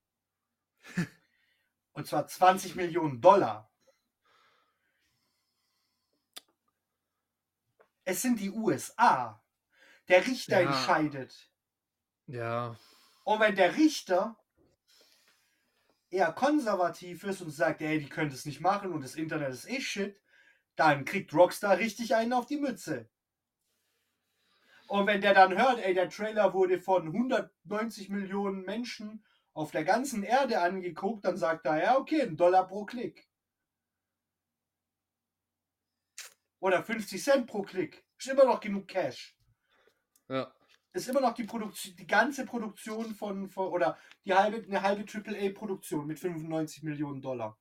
Und zwar zwanzig Millionen Dollar. Es sind die U S A. Der Richter Ja. entscheidet. Ja. Und wenn der Richter eher konservativ ist und sagt, ey, die können das nicht machen und das Internet ist eh shit, dann kriegt Rockstar richtig einen auf die Mütze. Und wenn der dann hört, ey, der Trailer wurde von hundertneunzig Millionen Menschen auf der ganzen Erde angeguckt, dann sagt er, ja, okay, ein Dollar pro Klick. Oder fünfzig Cent pro Klick. Ist immer noch genug Cash. Ja. Ist immer noch die Produktion, die ganze Produktion von, von oder die halbe, eine halbe Triple A Produktion mit fünfundneunzig Millionen Dollar.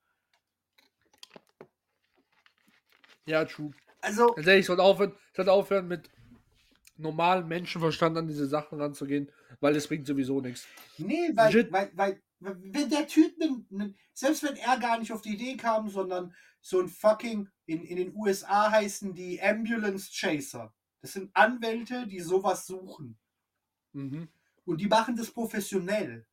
Ja, true. Also, Also ich sollte aufhören, ich sollte aufhören mit normalem Menschenverstand an diese Sachen ranzugehen, weil es bringt sowieso nichts. nee, weil, Legit. weil, weil, wenn der Typ, nen- nen- selbst wenn er gar nicht auf die Idee kam, sondern so ein fucking, in, in den U S A heißen die Ambulance Chaser. Das sind Anwälte, die sowas suchen. Mhm. Und die machen das professionell.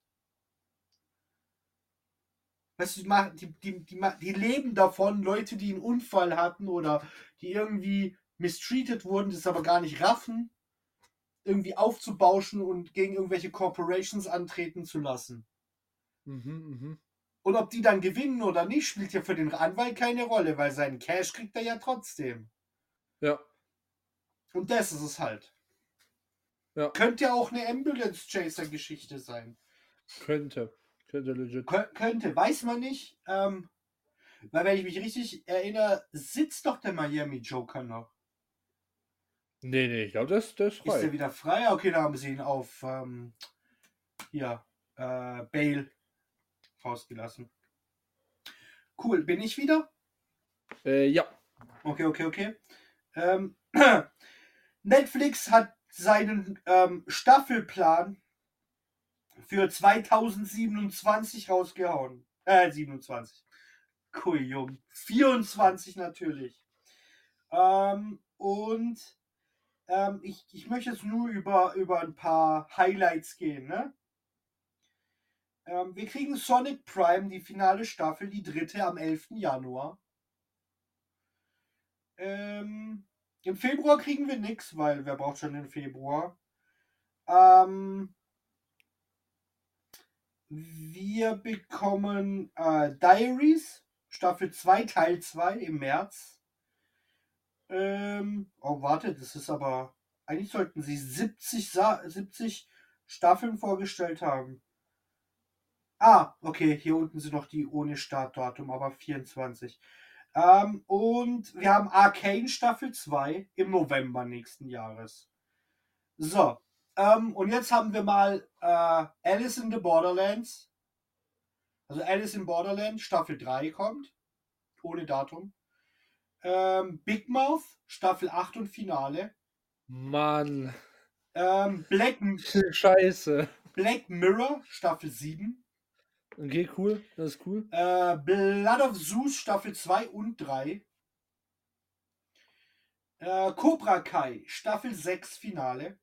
Weißt du, die, machen, die, die, die, ma- die leben davon, Leute, die einen Unfall hatten oder die irgendwie mistreated wurden, das aber gar nicht raffen, irgendwie aufzubauschen und gegen irgendwelche Corporations antreten zu lassen. Mhm, mhm. Und ob die dann gewinnen oder nicht, spielt ja für den Anwalt keine Rolle, weil seinen Cash kriegt er ja trotzdem. Ja. Und das ist es halt. Ja. Könnte ja auch eine Ambulance Chaser Geschichte sein. Könnte. Könnte legit. Kö- könnte, weiß man nicht. Ähm, weil wenn ich mich richtig erinnere, sitzt doch der Miami Joker noch. Nee, nee, ich glaube, das, das ist Ist er frei. wieder frei? Okay, da haben sie ihn auf ähm, hier, äh, Bail rausgelassen. Cool, bin ich wieder? Äh, ja. Okay, okay, okay. Ähm, Netflix hat seinen ähm, Staffelplan für zweitausendsiebenundzwanzig rausgehauen. Äh, siebenundzwanzig. Cool, Jung. vierundzwanzig natürlich. Ähm, und ähm, ich, ich möchte jetzt nur über, über ein paar Highlights gehen. Ne? Ähm, wir kriegen Sonic Prime, die finale Staffel, die dritte am elften Januar. Ähm, Im Februar kriegen wir nichts, weil wer braucht schon den Februar? Ähm, wir bekommen äh, Diaries, Staffel zwei, Teil zwei im März. Ähm, oh, warte, das ist aber. Eigentlich sollten sie siebzig, Sa siebzig Staffeln vorgestellt haben. Ah, okay, hier unten sind noch die ohne Startdatum, aber vierundzwanzig. Ähm, und wir haben Arcane Staffel zwei im November nächsten Jahres. So, ähm, und jetzt haben wir mal äh, Alice in the Borderlands. Also Alice in Borderland Staffel drei kommt, ohne Datum. Ähm, Big Mouth Staffel acht und Finale. Mann. Ähm, Black, Scheiße. Black Mirror Staffel sieben. Okay, cool. Das ist cool. Äh, Blood of Zeus Staffel zwei und drei. Äh, Cobra Kai Staffel sechs Finale.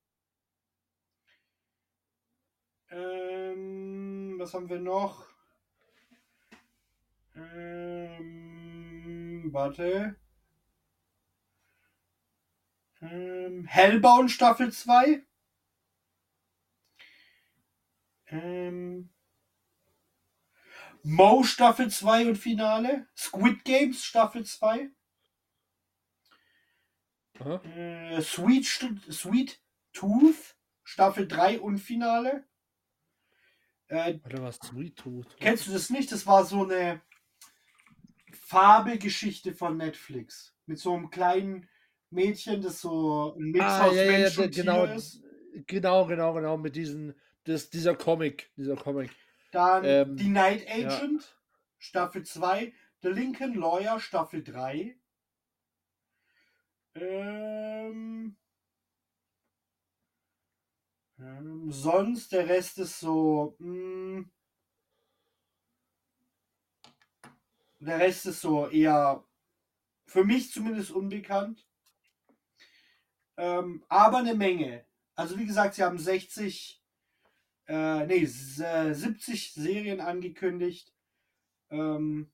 Ähm, was haben wir noch? Ähm, warte. Ähm, Hellbound Staffel zwei. Ähm, Mo Staffel zwei und Finale. Squid Games Staffel zwei. Aha. Äh, Sweet, Sweet Tooth Staffel drei und Finale. Äh, Warte, was Sweet Tooth? kennst du das nicht? Das war so eine Fabelgeschichte von Netflix. Mit so einem kleinen Mädchen, das so ein Mix Ah, aus ja, ja, Mensch ja, und genau, Tier ist. genau, genau, genau, mit diesen, das, dieser Comic, dieser Comic. Dann Ähm, The Night ja. Agent, Staffel zwei. The Lincoln Lawyer, Staffel drei. Ähm, ähm, sonst, der Rest ist so. Mh, der Rest ist so eher für mich zumindest unbekannt. Ähm, aber eine Menge. Also wie gesagt, sie haben sechzig, äh, nee, siebzig Serien angekündigt. Ähm,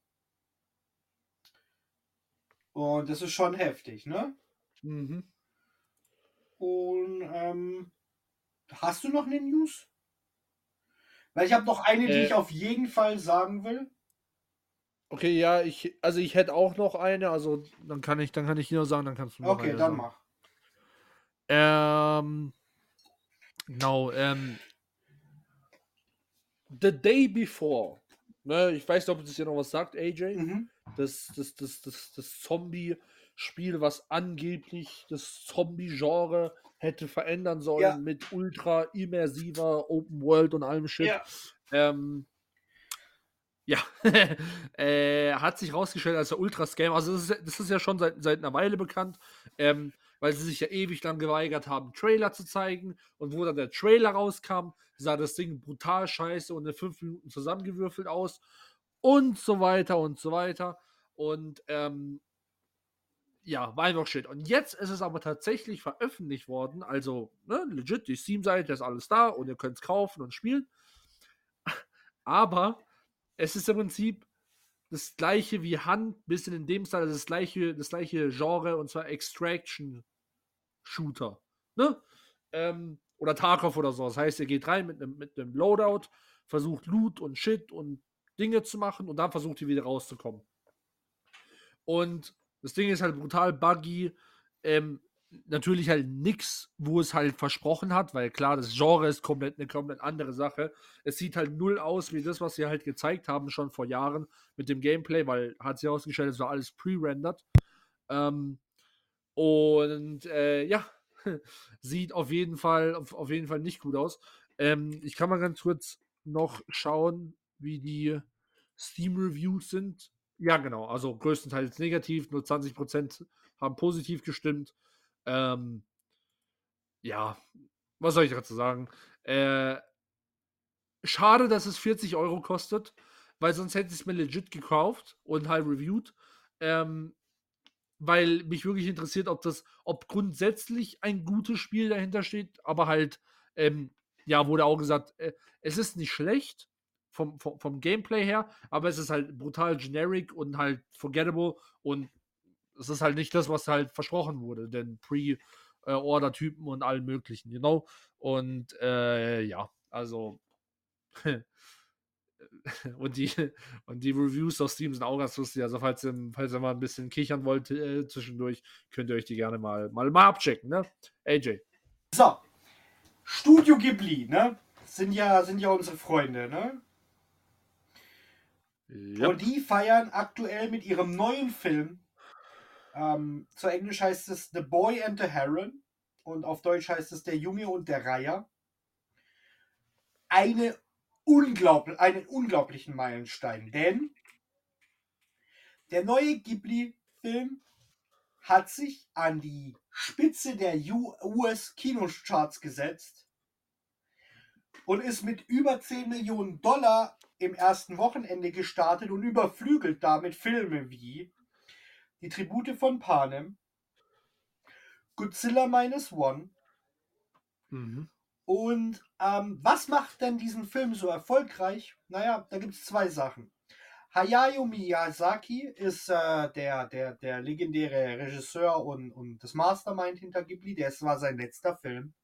und das ist schon heftig, ne? Mhm. Und ähm, hast du noch eine News? Weil ich habe noch eine, die Äh, ich auf jeden Fall sagen will. Okay, ja, ich, also ich hätte auch noch eine, also dann kann ich, dann kann ich dir noch sagen, dann kannst du noch Okay, eine dann sagen. mach. Ähm, genau, ähm, The Day Before. Ne, ich weiß nicht, ob das hier noch was sagt, A J. Mhm. Das, das, das, das, das Zombie-Spiel, was angeblich das Zombie-Genre hätte verändern sollen Ja. mit ultra immersiver Open World und allem Shit. Ja. Ähm, ja, äh, hat sich rausgestellt als der Ultra-Scam. Also das ist, das ist ja schon seit, seit einer Weile bekannt, ähm, weil sie sich ja ewig lang geweigert haben, Trailer zu zeigen. Und wo dann der Trailer rauskam, sah das Ding brutal scheiße und in fünf Minuten zusammengewürfelt aus und so weiter und so weiter. Und ähm, ja, war einfach shit. Und jetzt ist es aber tatsächlich veröffentlicht worden, also ne, legit, die Steam-Seite ist alles da und ihr könnt es kaufen und spielen. Aber es ist im Prinzip das gleiche wie Hand, bisschen in dem Style, das gleiche, das gleiche Genre, und zwar Extraction Shooter. Ne? Ähm, oder Tarkov oder so. Das heißt, ihr geht rein mit einem mit einem Loadout, versucht Loot und Shit und Dinge zu machen und dann versucht ihr wieder rauszukommen. Und das Ding ist halt brutal buggy. Ähm, natürlich halt nix, wo es halt versprochen hat, weil klar, das Genre ist komplett eine komplett andere Sache. Es sieht halt null aus wie das, was sie halt gezeigt haben schon vor Jahren mit dem Gameplay, weil hat sich herausgestellt, es war alles pre-rendered. Ähm, und äh, ja, sieht auf jeden Fall auf, auf jeden Fall nicht gut aus. Ähm, ich kann mal ganz kurz noch schauen, wie die Steam-Reviews sind. Ja, genau. Also größtenteils negativ, nur zwanzig Prozent haben positiv gestimmt. Ähm, ja, was soll ich dazu sagen? Äh, schade, dass es vierzig Euro kostet, weil sonst hätte ich es mir legit gekauft und halt reviewed. Ähm, weil mich wirklich interessiert, ob das, ob grundsätzlich ein gutes Spiel dahinter steht, aber halt, ähm, ja, wurde auch gesagt, äh, es ist nicht schlecht vom, vom, vom Gameplay her, aber es ist halt brutal generic und halt forgettable und es ist halt nicht das, was halt versprochen wurde, denn Pre-Order-Typen und allen möglichen, you know? Und äh, ja, also und die, und die Reviews auf Steam sind auch ganz lustig. Also, falls ihr, falls ihr mal ein bisschen kichern wollt äh, zwischendurch, könnt ihr euch die gerne mal, mal, mal abchecken, ne? A J. So. Studio Ghibli, ne? Sind ja, sind ja unsere Freunde, ne? Yep. Und die feiern aktuell mit ihrem neuen Film. Ähm, zu Englisch heißt es The Boy and the Heron. Und auf Deutsch heißt es Der Junge und der Reiher. Eine unglaublich, einen unglaublichen Meilenstein. Denn der neue Ghibli-Film hat sich an die Spitze der U S-Kinocharts gesetzt und ist mit über zehn Millionen Dollar im ersten Wochenende gestartet und überflügelt damit Filme wie Die Tribute von Panem, Godzilla Minus One. Mhm. Und ähm, was macht denn diesen Film so erfolgreich? Naja, da gibt es zwei Sachen. Hayao Miyazaki ist äh, der, der, der legendäre Regisseur und, und das Mastermind hinter Ghibli. Das war sein letzter Film.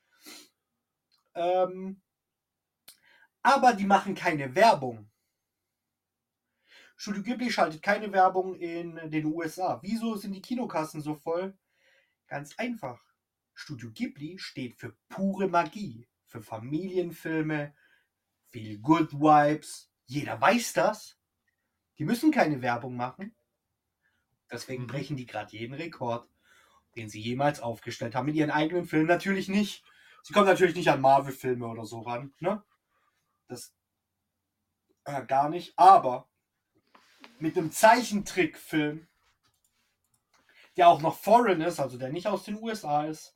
Ähm, aber die machen keine Werbung. Studio Ghibli schaltet keine Werbung in den U S A. Wieso sind die Kinokassen so voll? Ganz einfach. Studio Ghibli steht für pure Magie, für Familienfilme, viel Good Vibes. Jeder weiß das. Die müssen keine Werbung machen. Deswegen Mhm. brechen die gerade jeden Rekord, den sie jemals aufgestellt haben. Mit ihren eigenen Filmen natürlich nicht. Sie kommen natürlich nicht an Marvel-Filme oder so ran. Ne? Das äh, gar nicht. Aber mit einem Zeichentrickfilm, der auch noch foreign ist, also der nicht aus den U S A ist,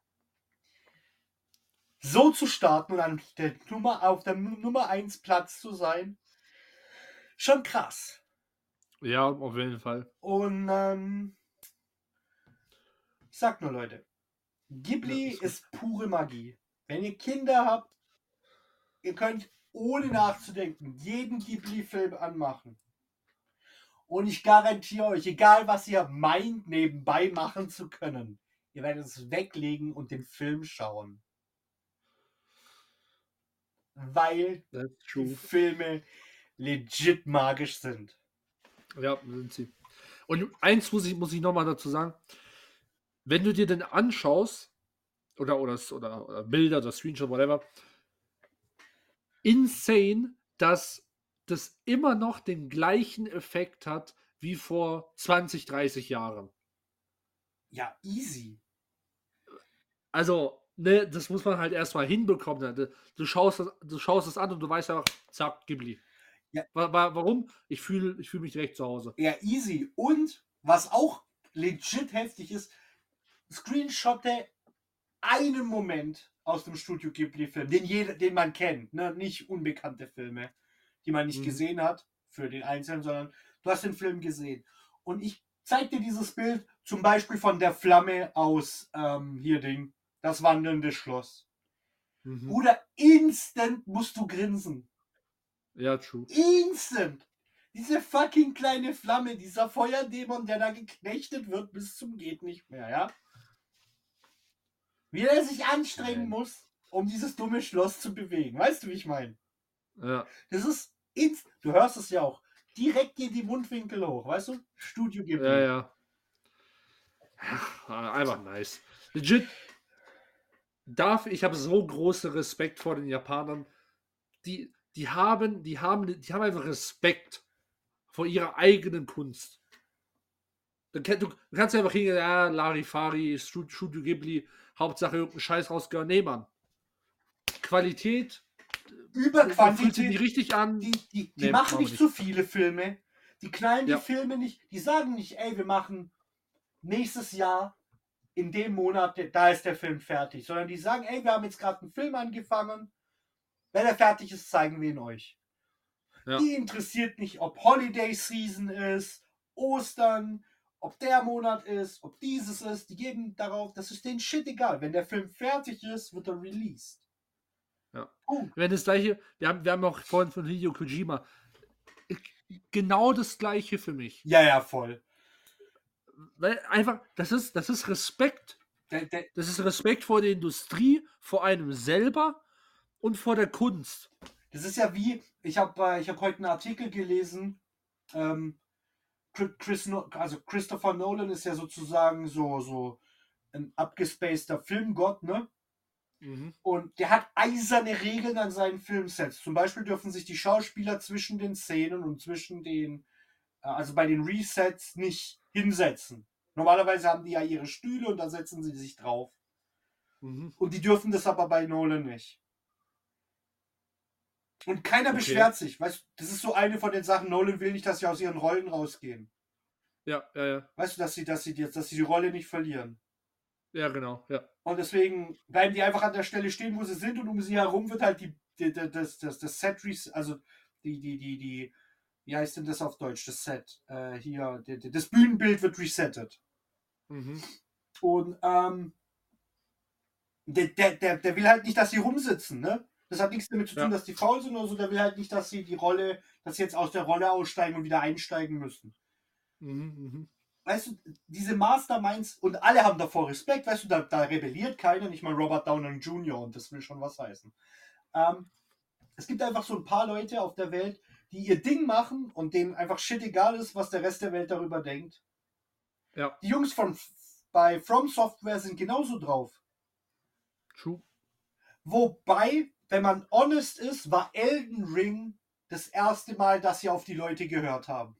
so zu starten und an der Nummer, auf der Nummer eins Platz zu sein, schon krass. Ja, auf jeden Fall. Und ähm, ich sag nur, Leute, Ghibli Ja, ist ist pure Magie. Wenn ihr Kinder habt, ihr könnt ohne nachzudenken jeden Ghibli-Film anmachen. Und ich garantiere euch, egal was ihr meint, nebenbei machen zu können, ihr werdet es weglegen und den Film schauen. Weil That's die true. Filme legit magisch sind. Ja, sind sie. Und eins muss ich, muss ich nochmal dazu sagen. Wenn du dir denn anschaust, oder, oder, oder, oder Bilder oder Screenshot, whatever, insane, dass das immer noch den gleichen Effekt hat wie vor zwanzig, dreißig Jahren. Ja, easy. Also, ne, das muss man halt erstmal hinbekommen. Du, du, schaust das, du schaust es an und du weißt einfach, zack, Ghibli. Ja. Wa- wa- Warum? Ich fühle ich fühl mich direkt zu Hause. Ja, easy. Und was auch legit heftig ist, screenshotte einen Moment aus dem Studio Ghibli-Film, den, jeder, den man kennt, ne? Nicht unbekannte Filme, die man nicht Mhm. gesehen hat für den Einzelnen, sondern du hast den Film gesehen. Und ich zeig dir dieses Bild zum Beispiel von der Flamme aus ähm, hier Ding, das wandelnde Schloss. Mhm. Bruder, instant musst du grinsen. Ja, true. Instant. Diese fucking kleine Flamme, dieser Feuerdämon, der da geknechtet wird bis zum geht nicht mehr, ja? Wie er sich anstrengen Nein. muss, um dieses dumme Schloss zu bewegen. Weißt du, wie ich meine? Ja. Das ist inst du hörst es ja auch. Direkt geht die Mundwinkel hoch, weißt du? Studio Ghibli. Ja, ja. Ja, einfach nice. Legit. Darf, ich habe so großen Respekt vor den Japanern. Die, die haben, die haben, die haben einfach Respekt vor ihrer eigenen Kunst. Du, kenn- du kannst einfach hingehen, ja, Larifari, Stu- Studio Ghibli, Hauptsache irgendein Scheiß rausgehören. Nee, Mann. Qualität, Über fühlt sich die Quantität. richtig an. Die, die, die Nee, machen machen wir nicht nicht. zu viele Filme. Die knallen Ja. die Filme nicht. Die sagen nicht, ey, wir machen nächstes Jahr in dem Monat, da ist der Film fertig. Sondern die sagen, ey, wir haben jetzt gerade einen Film angefangen. Wenn er fertig ist, zeigen wir ihn euch. Ja. Die interessiert nicht, ob Holiday Season ist, Ostern, ob der Monat ist, ob dieses ist. Die geben darauf, das ist denen shit egal. Wenn der Film fertig ist, wird er released. Ja. Punkt. Wenn das gleiche, wir haben, wir haben auch vorhin von Hideo Kojima. Genau das gleiche für mich. Ja, ja, voll. Weil einfach, das ist, das ist Respekt. Der, der, Das ist Respekt vor der Industrie, vor einem selber und vor der Kunst. das ist ja wie, ich habe äh, ich hab heute einen Artikel gelesen, ähm, Chris, No- also Christopher Nolan ist ja sozusagen so, so ein abgespaceter Filmgott, ne? Mhm. Und der hat eiserne Regeln an seinen Filmsets. Zum Beispiel dürfen sich die Schauspieler zwischen den Szenen und zwischen den, äh, also bei den Resets nicht hinsetzen. Normalerweise haben die ja ihre Stühle und da setzen sie sich drauf. Mhm. Und die dürfen das aber bei Nolan nicht. Und keiner Okay. beschwert sich. Weißt du, das ist so eine von den Sachen, Nolan will nicht, dass sie aus ihren Rollen rausgehen. Ja, ja, ja. Weißt du, dass sie, dass sie, jetzt, dass sie die Rolle nicht verlieren. Ja, genau. Ja. Und deswegen bleiben die einfach an der Stelle stehen, wo sie sind, und um sie herum wird halt die, die, die das, das, das Set, also die, die, die, die, wie heißt denn das auf Deutsch, das Set, äh, hier, die, die, das Bühnenbild wird resettet. Mhm. Und ähm, der, der, der, der will halt nicht, dass sie rumsitzen, ne? Das hat nichts damit zu tun, Ja. dass die faul sind oder so, der will halt nicht, dass sie die Rolle, dass sie jetzt aus der Rolle aussteigen und wieder einsteigen müssen. Mhm. Mhm. Weißt du, diese Masterminds, und alle haben davor Respekt, weißt du, da, da rebelliert keiner, nicht mal Robert Downey Junior, und das will schon was heißen. Ähm, es gibt einfach so ein paar Leute auf der Welt, die ihr Ding machen und denen einfach shit egal ist, was der Rest der Welt darüber denkt. Ja, Die Jungs von bei From Software sind genauso drauf. true. Wobei, wenn man honest ist, war Elden Ring das erste Mal, dass sie auf die Leute gehört haben.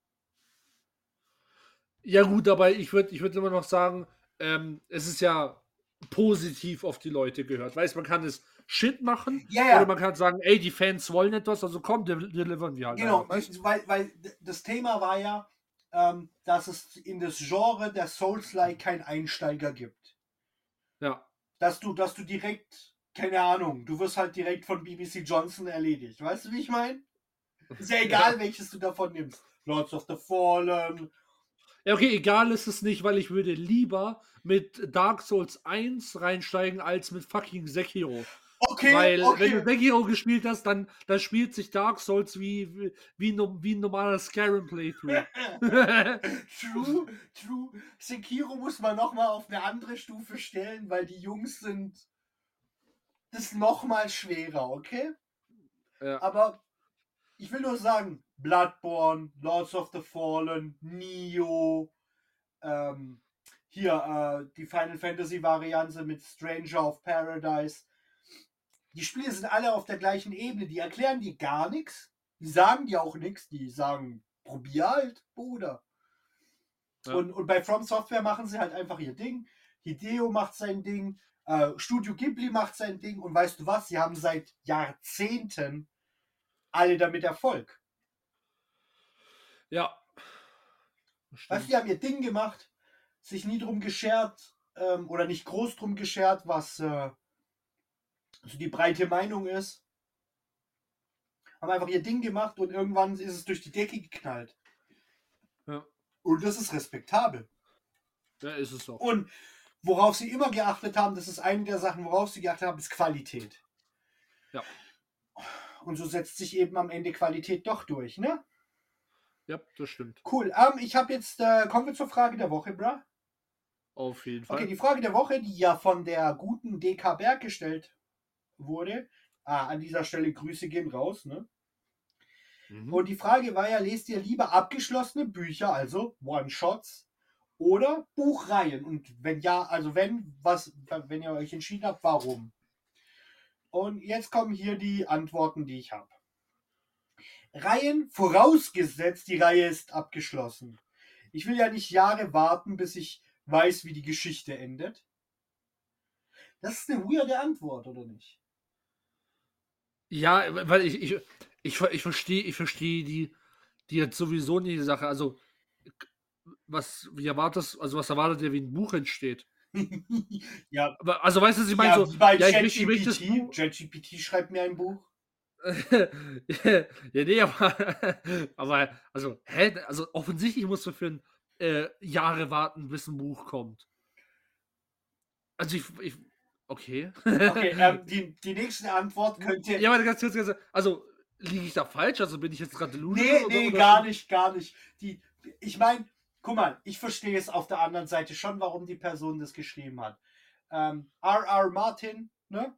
Ja, gut, aber ich würde ich würd immer noch sagen, ähm, es ist ja positiv auf die Leute gehört. Weißt, man kann es Shit machen Ja, ja. oder man kann sagen, ey, die Fans wollen etwas, also komm, del- delivern wir halt. Genau, einfach, weißt? weil, weil das Thema war ja, ähm, dass es in das Genre der Souls-like keinen Einsteiger gibt. Ja, Dass du, dass du direkt, keine Ahnung, du wirst halt direkt von B B C Johnson erledigt. Weißt du, wie ich meine? Ist ja egal, Ja. welches du davon nimmst. Lords of the Fallen. Ja, okay, egal ist es nicht, weil ich würde lieber mit Dark Souls eins reinsteigen als mit fucking Sekiro. Okay, Weil, okay. wenn du Sekiro gespielt hast, dann, dann spielt sich Dark Souls wie, wie, wie, no- wie ein normaler Skyrim-Playthrough. True, true. Sekiro muss man nochmal auf eine andere Stufe stellen, weil die Jungs sind das nochmal schwerer, okay? Ja. Aber ich will nur sagen, Bloodborne, Lords of the Fallen, Nioh, ähm, hier äh, die Final Fantasy Variante mit Stranger of Paradise. die Spiele sind alle auf der gleichen Ebene. Die erklären dir gar nichts. Die sagen dir auch nichts. Die sagen, probier halt, Bruder. Ja. Und, und bei From Software machen sie halt einfach ihr Ding. Hideo macht sein Ding. Äh, Studio Ghibli macht sein Ding. Und weißt du was? Sie haben seit Jahrzehnten alle damit Erfolg. Ja. Weißt du, die haben ihr Ding gemacht, sich nie drum geschert ähm, oder nicht groß drum geschert, was äh, so die breite Meinung ist. Haben einfach ihr Ding gemacht und irgendwann ist es durch die Decke geknallt. Ja. Und das ist respektabel. Ja, ist es auch. Und worauf sie immer geachtet haben, das ist eine der Sachen, worauf sie geachtet haben, ist Qualität. Ja. Und so setzt sich eben am Ende Qualität doch durch, ne? Ja, das stimmt. Cool. Ähm, ich habe jetzt, äh, kommen wir zur Frage der Woche, bra. Auf jeden Fall. Okay, die Frage der Woche, die ja von der guten D K Berg gestellt wurde. Ah, an dieser Stelle Grüße gehen raus, ne? Mhm. Und die Frage war ja, lest ihr lieber abgeschlossene Bücher, also One-Shots, oder Buchreihen? Und wenn ja, also wenn, was, wenn ihr euch entschieden habt, warum? Und jetzt kommen hier die Antworten, die ich habe. Reihen, vorausgesetzt, die Reihe ist abgeschlossen. Ich will ja nicht Jahre warten, bis ich weiß, wie die Geschichte endet. Das ist eine weirde Antwort, oder nicht? Ja, weil ich, ich, ich, ich verstehe ich verstehe die, die jetzt sowieso nicht die Sache. Also, was, wie erwartest, also was erwartet ihr, wie ein Buch entsteht? Ja, Aber, also weißt du, was ich meine? ja, So, wie bei ja, ich möchte, ich möchte das ChatGPT. Buch. ChatGPT schreibt mir ein Buch. Ja, nee, aber, aber, also, hä? Also offensichtlich musst du für ein, äh, Jahre warten, bis ein Buch kommt. Also ich, ich okay. Okay, ähm, die, die nächste Antwort könnte... Ja, aber ganz kurz, ganz kurz, also liege ich da falsch? Also bin ich jetzt gerade delusional? Nee, oder, nee, oder gar nicht, gar nicht. Die, ich meine, guck mal, ich verstehe es auf der anderen Seite schon, warum die Person das geschrieben hat. Ähm, R R. Martin, ne?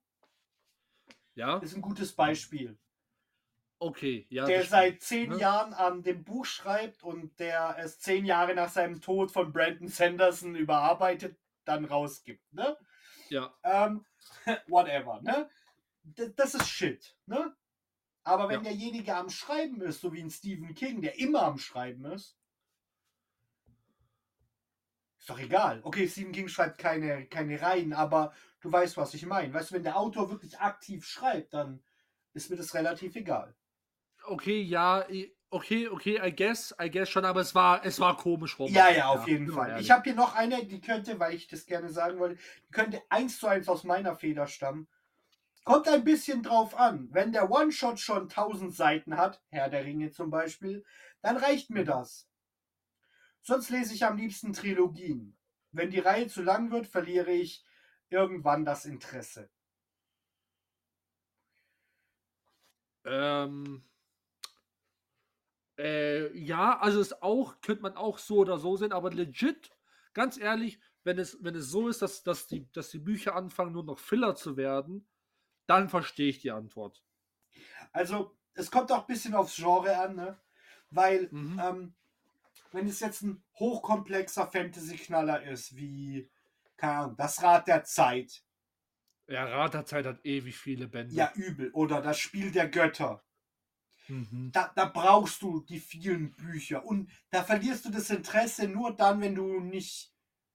Ja, Ist ein gutes Beispiel. okay, ja. Der das seit stimmt, zehn ne? Jahren an dem Buch schreibt und der es zehn Jahre nach seinem Tod von Brandon Sanderson überarbeitet, dann rausgibt, ne? Ja, Ähm, whatever, ne? D- Das ist Shit, ne? Aber wenn Ja. derjenige am Schreiben ist, so wie ein Stephen King, der immer am Schreiben ist, ist doch egal. Okay, Stephen King schreibt keine, keine Reihen, aber du weißt, was ich meine. Weißt du, wenn der Autor wirklich aktiv schreibt, dann ist mir das relativ egal. okay, ja, i- okay, okay, I guess, I guess schon, aber es war, es war komisch rum. Ja, ja, auf jeden sind wir Fall. ehrlich. Ich habe hier noch eine, die könnte, weil ich das gerne sagen wollte, die könnte eins zu eins aus meiner Feder stammen. Kommt ein bisschen drauf an. Wenn der One-Shot schon tausend Seiten hat, Herr der Ringe zum Beispiel, dann reicht mir das. Sonst lese ich am liebsten Trilogien. Wenn die Reihe zu lang wird, verliere ich irgendwann das Interesse. Ähm, äh, ja, also ist auch, könnte man auch so oder so sehen, aber legit, ganz ehrlich, wenn es, wenn es so ist, dass, dass, die, dass die Bücher anfangen, nur noch Filler zu werden, dann verstehe ich die Antwort. Also, es kommt auch ein bisschen aufs Genre an, ne? Weil, Mhm. ähm, wenn es jetzt ein hochkomplexer Fantasy-Knaller ist, wie, keine Ahnung, das Rad der Zeit, Ja, Rat der Zeit hat ewig viele Bände. ja übel, oder das Spiel der Götter, Mhm. da, da brauchst du die vielen Bücher und da verlierst du das Interesse nur dann, wenn du nicht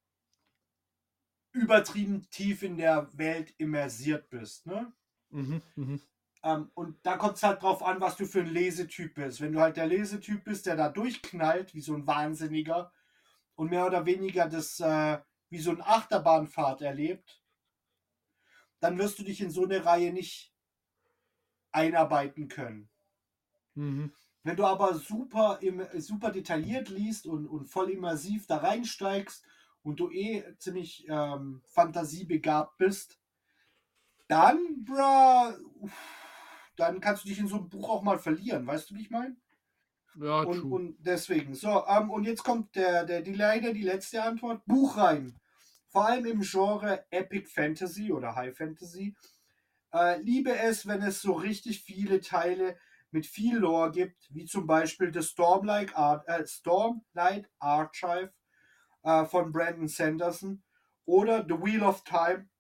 übertrieben tief in der Welt immersiert bist, ne? Mhm. Mhm. Ähm, und da kommt es halt drauf an, was du für ein Lesetyp bist. Wenn du halt der Lesetyp bist, der da durchknallt, wie so ein Wahnsinniger und mehr oder weniger das äh, wie so ein Achterbahnfahrt erlebt, dann wirst du dich in so eine Reihe nicht einarbeiten können. Mhm. Wenn du aber super, im, super detailliert liest und, und voll immersiv da reinsteigst und du eh ziemlich ähm, fantasiebegabt bist, dann, bruh, dann kannst du dich in so einem Buch auch mal verlieren, weißt du, wie ich meine? Ja, Und, true. und deswegen. So, ähm, und jetzt kommt der, der, die leider die letzte Antwort. Buchreihen. Vor allem im Genre Epic Fantasy oder High Fantasy. Äh, liebe es, wenn es so richtig viele Teile mit viel Lore gibt, wie zum Beispiel The Stormlight, Ar äh, Stormlight Archive äh, von Brandon Sanderson oder The Wheel of Time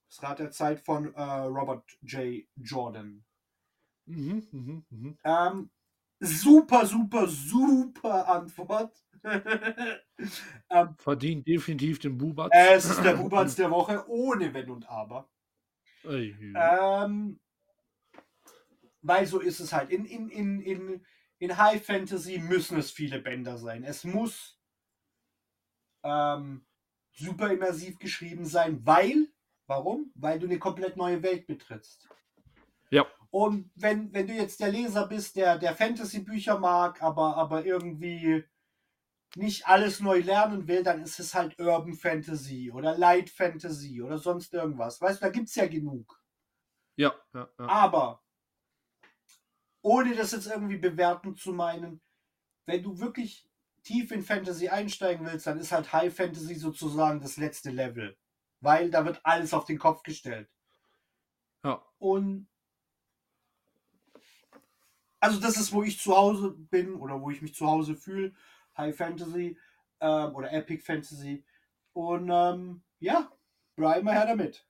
Das Rad der Zeit von äh, Robert J. Jordan. Mhm, mhm, mhm. Ähm, super, super, super Antwort. ähm, Verdient definitiv den Bubatz. äh, es ist der Bubatz der Woche ohne Wenn und Aber. Ey, Ähm, weil so ist es halt. In, in, in, in, in High Fantasy müssen es viele Bänder sein. Es muss ähm, super immersiv geschrieben sein, weil, warum? Weil du eine komplett neue Welt betrittst. Ja. Und wenn, wenn du jetzt der Leser bist, der, der Fantasy-Bücher mag, aber, aber irgendwie nicht alles neu lernen will, dann ist es halt Urban Fantasy oder Light Fantasy oder sonst irgendwas. Weißt du, da gibt es ja genug. Ja, ja, ja. Aber, ohne das jetzt irgendwie bewerten zu meinen, wenn du wirklich tief in Fantasy einsteigen willst, dann ist halt High Fantasy sozusagen das letzte Level. Weil da wird alles auf den Kopf gestellt. Ja. Und also das ist, wo ich zu Hause bin oder wo ich mich zu Hause fühle. High Fantasy ähm, oder Epic Fantasy. Und ähm, ja, Brian mal her damit.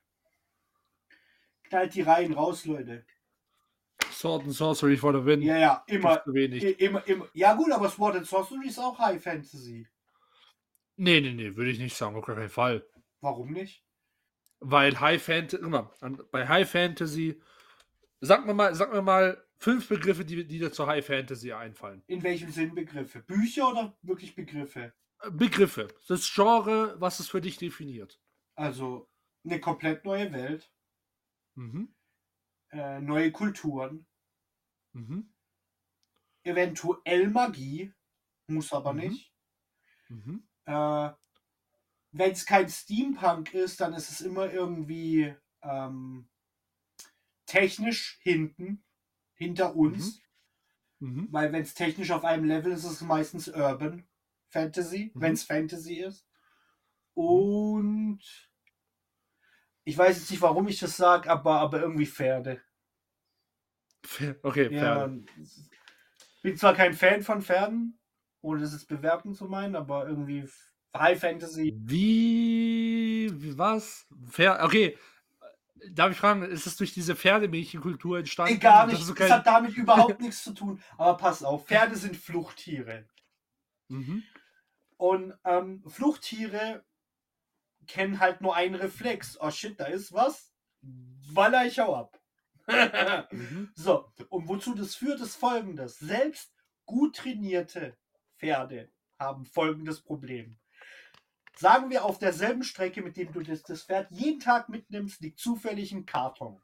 Knallt die Reihen raus, Leute. Sword and Sorcery for the win. Ja, ja, immer, Gibt's zu wenig. immer, immer. Ja gut, aber Sword and Sorcery ist auch High Fantasy. Nee, nee, nee, würde ich nicht sagen, auf gar keinen Fall. Warum nicht? Weil High Fantasy, immer, bei High Fantasy, sag mir mal, sag mir mal fünf Begriffe, die, die dir zur High Fantasy einfallen. In welchem Sinn Begriffe? Bücher oder wirklich Begriffe? Begriffe. Das Genre, was es für dich definiert. Also eine komplett neue Welt, Mhm. äh, neue Kulturen, Mhm. eventuell Magie, muss aber Mhm. nicht. Mhm. Äh, Wenn es kein Steampunk ist, dann ist es immer irgendwie ähm, technisch hinten, hinter uns. Mhm. Weil wenn es technisch auf einem Level ist, ist es meistens Urban Fantasy, Mhm. wenn es Fantasy ist. Und ich weiß jetzt nicht, warum ich das sage, aber, aber irgendwie Pferde. Okay, Ja, Pferde. ich bin zwar kein Fan von Pferden, ohne das jetzt bewerten zu meinen, aber irgendwie High Fantasy. Wie, wie was? Pferd, okay. Darf ich fragen, ist es durch diese Pferdemädchenkultur entstanden? Nee, gar Das nicht. ist so Das kein- hat damit überhaupt nichts zu tun. Aber pass auf, Pferde sind Fluchttiere. Mhm. Und ähm, Fluchttiere kennen halt nur einen Reflex. Oh shit, da ist was. Waller, ich hau ab. Mhm. So, und wozu das führt, ist folgendes. Selbst gut trainierte Pferde haben folgendes Problem. Sagen wir, auf derselben Strecke, mit dem du das, das Pferd jeden Tag mitnimmst, liegt zufällig ein Karton.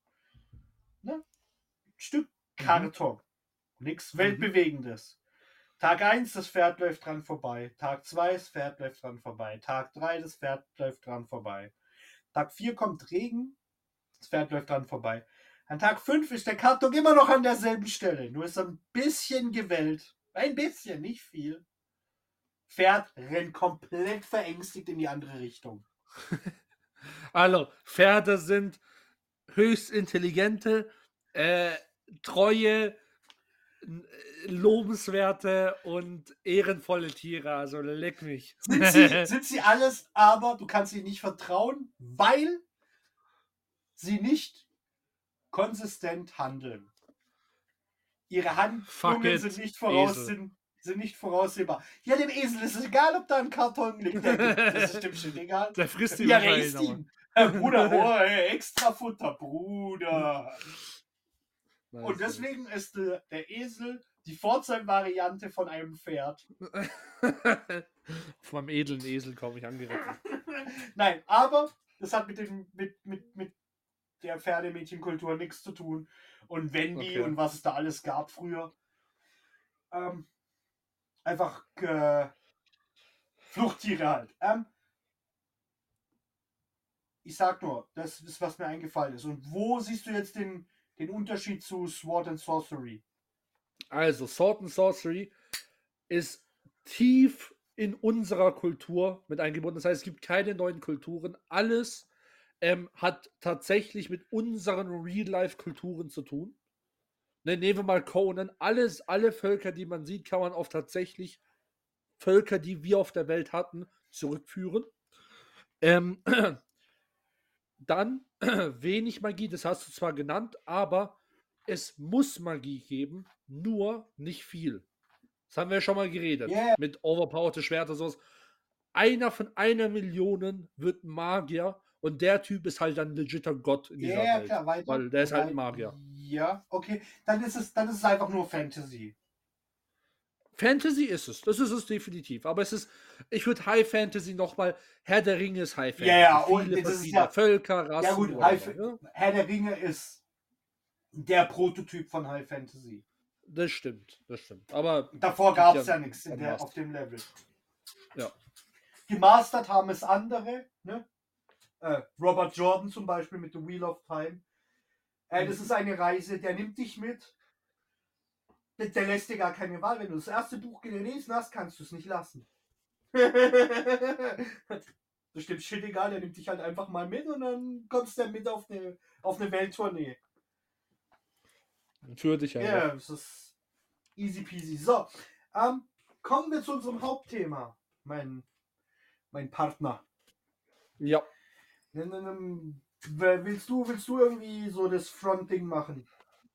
Ne? Ein Stück Karton. Nichts Weltbewegendes. Tag eins, das Pferd läuft dran vorbei. Tag zwei, das Pferd läuft dran vorbei. Tag drei, das Pferd läuft dran vorbei. Tag vier kommt Regen, das Pferd läuft dran vorbei. An Tag fünf ist der Karton immer noch an derselben Stelle. Nur ist er ein bisschen gewellt. Ein bisschen, nicht viel. Pferd rennt komplett verängstigt in die andere Richtung. Also, Pferde sind höchst intelligente, äh, treue, n- äh, lobenswerte und ehrenvolle Tiere. Also, leck mich. Sind sie, sind sie alles, aber du kannst ihnen nicht vertrauen, weil sie nicht konsistent handeln. Ihre Handlungen it, sind nicht, voraus, Esel. sind, sind nicht voraussehbar. Ja, dem Esel ist es egal, ob da ein Karton liegt. Der, das ist dem schon egal. Der frisst ihn Ja, wahrscheinlich ist aber. ihn. Herr Bruder, oh, ey, extra Futter, Bruder. Nice, Und deswegen ist der, der Esel die Vorzeigvariante von einem Pferd. Vom edlen Esel komme ich angeritten. Nein, aber das hat mit, dem, mit, mit, mit der Pferdemädchenkultur nichts zu tun. Und Wendy Okay. und was es da alles gab früher. Ähm, einfach äh, Fluchttiere halt. Ähm, ich sag nur, das ist, was mir eingefallen ist. Und wo siehst du jetzt den, den Unterschied zu Sword and Sorcery? Also, Sword and Sorcery ist tief in unserer Kultur mit eingebunden. Das heißt, es gibt keine neuen Kulturen. Alles ähm, hat tatsächlich mit unseren Real-Life-Kulturen zu tun. Ne, nehmen wir mal Conan. Alles, alle Völker, die man sieht, kann man auf tatsächlich Völker, die wir auf der Welt hatten, zurückführen. Ähm, Dann wenig Magie, das hast du zwar genannt, aber es muss Magie geben, nur nicht viel. Das haben wir ja schon mal geredet. Yeah. Mit overpowerte Schwerter, sowas. Einer von einer Million wird ein Magier und der Typ ist halt ein legitter Gott in dieser Ja, Welt. klar, weiter. Weil der ist halt ein Wei- Magier. Ja, okay. Dann ist es, dann ist es einfach nur Fantasy. Fantasy ist es, das ist es definitiv. Aber es ist, ich würde High Fantasy nochmal, Herr der Ringe ist High Fantasy. Ja, ja, und Viele das ist verschiedene ja- Völker, Rassen. Ja gut, whatever, High, ne? Herr der Ringe ist der Prototyp von High Fantasy. Das stimmt, das stimmt. Aber Davor gab es Ja, ja nichts in der, Master. auf dem Level. Ja. Gemastert haben es andere, ne? Äh, Robert Jordan zum Beispiel mit The Wheel of Time. Äh, das ist eine Reise, der nimmt dich mit. Der, der lässt dir gar keine Wahl. Wenn du das erste Buch gelesen hast, kannst du es nicht lassen. Das stimmt shit egal, der nimmt dich halt einfach mal mit und dann kommst du mit auf eine, auf eine Welttournee. für dich Ja, einfach. yeah, das ist easy peasy. So, ähm, kommen wir zu unserem Hauptthema, mein, mein Partner. Ja. Nimm, nimm, nimm. Willst du, willst du irgendwie so das Fronting machen?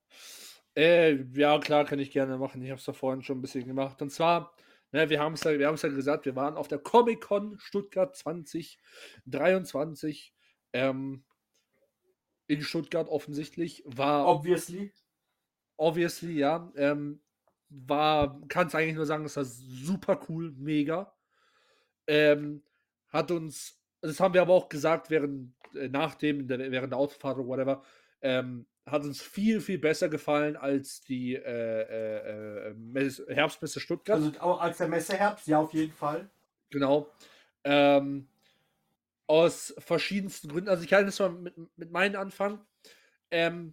Äh, ja, klar, kann ich gerne machen. Ich habe es da vorhin schon ein bisschen gemacht. Und zwar, ne, wir haben es ja, wir haben es ja gesagt, wir waren auf der Comic-Con Stuttgart zwanzig dreiundzwanzig. Ähm, in Stuttgart offensichtlich. War Obviously. obviously, ja. Ähm, war, kann es eigentlich nur sagen, es war super cool, mega. Ähm, hat uns, das haben wir aber auch gesagt, während, äh, nach dem, der, während der Autofahrt oder whatever, ähm, hat uns viel, viel besser gefallen als die äh, äh, äh, Mess- Herbstmesse Stuttgart. Also auch als der Messeherbst, ja, auf jeden Fall. Genau. Ähm, aus verschiedensten Gründen. Also ich kann jetzt mal mit, mit meinen anfangen. Ähm,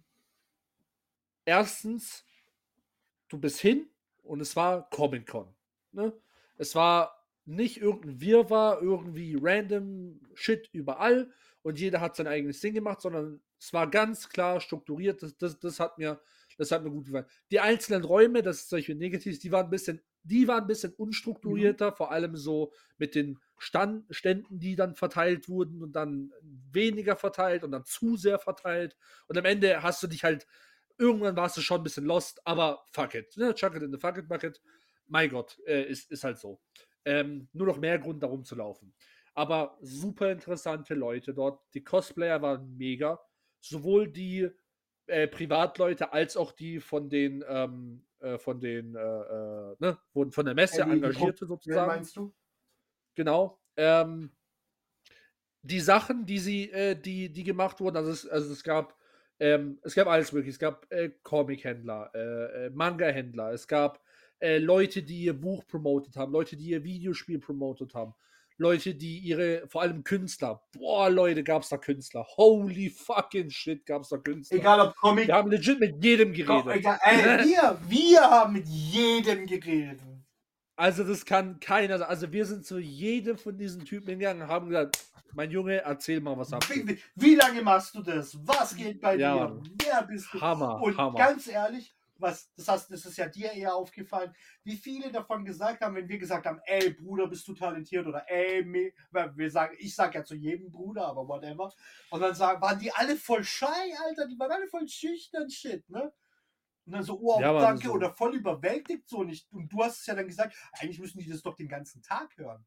erstens, du bist hin und es war Comic-Con. Ne? Es war nicht irgendein Wirrwarr, irgendwie random Shit überall und jeder hat sein eigenes Ding gemacht, sondern es war ganz klar strukturiert. Das, das, das, hat, mir, das hat mir gut gefallen. Die einzelnen Räume, das ist solche Negatives, die waren ein bisschen, die waren ein bisschen unstrukturierter, mhm. vor allem so mit den Stand, Ständen, die dann verteilt wurden und dann weniger verteilt und dann zu sehr verteilt. Und am Ende hast du dich halt, irgendwann warst du schon ein bisschen lost, aber fuck it. Ne? Chuck it in the fuck it bucket. Mein Gott, äh, ist, ist halt so. Ähm, nur noch mehr Grund, darum zu laufen. Aber super interessante Leute dort. Die Cosplayer waren mega. Sowohl die äh, Privatleute als auch die von den, ähm, äh, von den, äh, äh, ne, wurden von der Messe Ja, die- die engagierte Pro- sozusagen. meinst du? Genau. Ähm, die Sachen, die sie, äh, die, die gemacht wurden, also es, also es gab, ähm, es gab alles mögliche. Es gab äh, Comic-Händler, äh, äh, Manga-Händler, es gab äh, Leute, die ihr Buch promotet haben, Leute, die ihr Videospiel promotet haben, Leute, die ihre, vor allem Künstler. Boah, Leute, gab's da Künstler. Holy fucking shit, gab's da Künstler. Egal ob Comic. Wir haben legit mit jedem geredet. Egal, ey, wir, wir haben mit jedem geredet. Also das kann keiner sagen. Also wir sind zu jedem von diesen Typen hingegangen und haben gesagt, mein Junge, erzähl mal, was habt ihr. Wie, wie lange machst du das? Was geht bei Ja, dir? Mann. Wer bist du? Hammer, Und Hammer. ganz ehrlich, was, das, heißt, das ist ja dir eher aufgefallen, wie viele davon gesagt haben, wenn wir gesagt haben, ey Bruder, bist du talentiert oder ey, me, wir sagen, ich sag ja zu jedem Bruder, aber whatever. Und dann sagen, waren die alle voll shy, Alter, die waren alle voll schüchtern, shit, ne? Und dann so, oh, Ja, Mann, danke, so. oder voll überwältigt so nicht. Und du hast es ja dann gesagt, eigentlich müssen die das doch den ganzen Tag hören.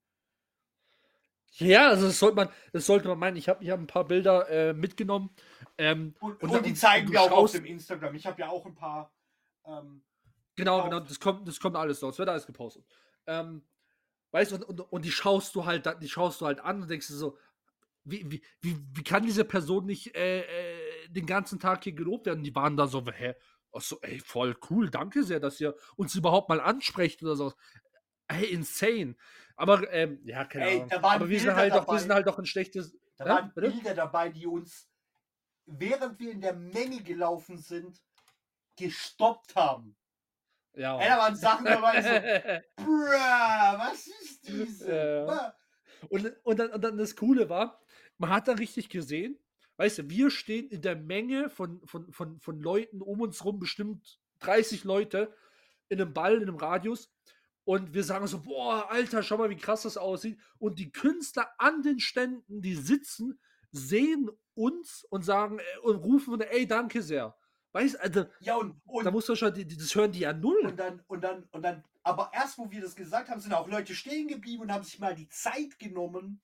Ja, also das sollte man, das sollte man meinen. Ich habe ich hab ein paar Bilder äh, mitgenommen. Ähm, Und, und, und die und- zeigen und du wir auch auf schaust- dem Instagram. Ich habe ja auch ein paar. Ähm, Genau, gekauft. genau, das kommt, das kommt alles dort. Es wird alles gepostet. Ähm, weißt du, und, und, und die schaust du halt, da- die schaust du halt an und denkst dir so, wie, wie, wie, wie kann diese Person nicht äh, äh, den ganzen Tag hier gelobt werden? Die waren da so, hä? Ach so, ey, voll cool, danke sehr, dass ihr uns überhaupt mal ansprecht oder so. Hey, insane. Aber, ähm, ja, keine Ey, Ahnung. da waren Aber wir sind Bilder halt doch, dabei. wir sind halt doch ein schlechtes. Da Hä? waren Bitte? Bilder dabei, die uns, während wir in der Menge gelaufen sind, gestoppt haben. Ja. Ey, da waren Sachen dabei, so, bruh, was ist diese? Ja. Bruh. Und, und, dann, und dann das Coole war, man hat da richtig gesehen, weißt du, wir stehen in der Menge von, von, von, von Leuten um uns rum, bestimmt dreißig Leute in einem Ball, in einem Radius. Und wir sagen so, boah, Alter, schau mal, wie krass das aussieht. Und die Künstler an den Ständen, die sitzen, sehen uns und sagen äh, und rufen, ey, danke sehr. Weißt du, also, Ja, und, und, da muss man schon, die- die- das hören die ja null. und dann, und dann, und dann, aber erst wo wir das gesagt haben, sind auch Leute stehen geblieben und haben sich mal die Zeit genommen,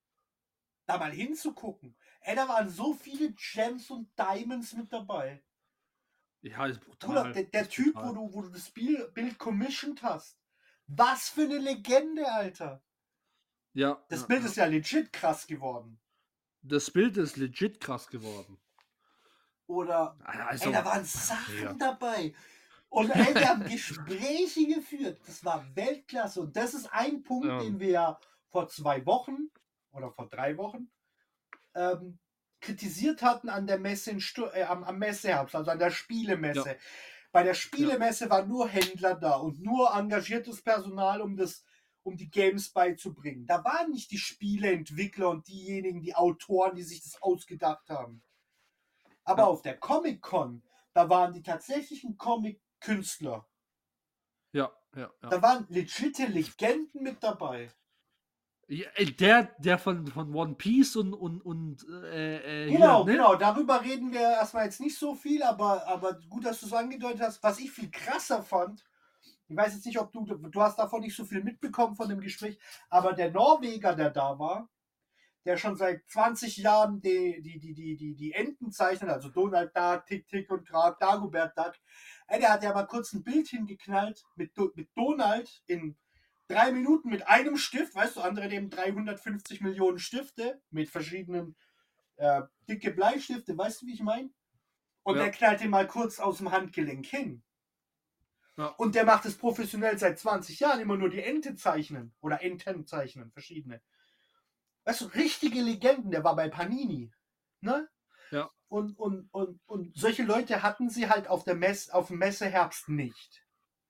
da mal hinzugucken. Ey, da waren so viele Gems und Diamonds mit dabei. Ja, ist brutal. Bruder, der, der ist Typ, brutal. wo du, wo du das Bild, Bild commissioned hast. Was für eine Legende, Alter. Ja, Das ja, Bild ja. ist ja legit krass geworden. Das Bild ist legit krass geworden. Oder, Also, ey, da waren Sachen mega. dabei. Und ey, wir haben Gespräche geführt. Das war Weltklasse. Und das ist ein Punkt, Ja. den wir ja vor zwei Wochen oder vor drei Wochen ähm, kritisiert hatten an der Messe in Stu äh, am, am Messeherbst, also an der Spielemesse. Ja. Bei der Spielemesse waren nur Händler da und nur engagiertes Personal, um das, um die Games beizubringen. Da waren nicht die Spieleentwickler und diejenigen, die Autoren, die sich das ausgedacht haben. Aber Ja. auf der Comic-Con, da waren die tatsächlichen Comic-Künstler. Ja, ja, ja. Da waren legitime Legenden mit dabei. Ja, ey, der, der von, von One Piece und, und, und äh, äh, Genau, hier, ne? genau. Darüber reden wir erstmal jetzt nicht so viel, aber, aber gut, dass du es angedeutet hast. Was ich viel krasser fand, ich weiß jetzt nicht, ob du, du hast davon nicht so viel mitbekommen von dem Gespräch, aber der Norweger, der da war, der schon seit zwanzig Jahren die, die, die, die, die, die Enten zeichnet, also Donald Duck, Tick, Tick und Track, Dagobert Duck, ey, der hat ja mal kurz ein Bild hingeknallt mit, mit Donald in drei Minuten mit einem Stift, weißt du, andere nehmen dreihundertfünfzig Millionen Stifte mit verschiedenen äh, dicke Bleistifte, weißt du, wie ich meine? Und Ja. der knallt den mal kurz aus dem Handgelenk hin. Ja. Und der macht es professionell seit zwanzig Jahren, immer nur die Ente zeichnen oder Enten zeichnen, verschiedene. Weißt du, richtige Legenden, der war bei Panini. Ne? Ja. Und, und, und, und solche Leute hatten sie halt auf der Messe, auf dem Messeherbst nicht.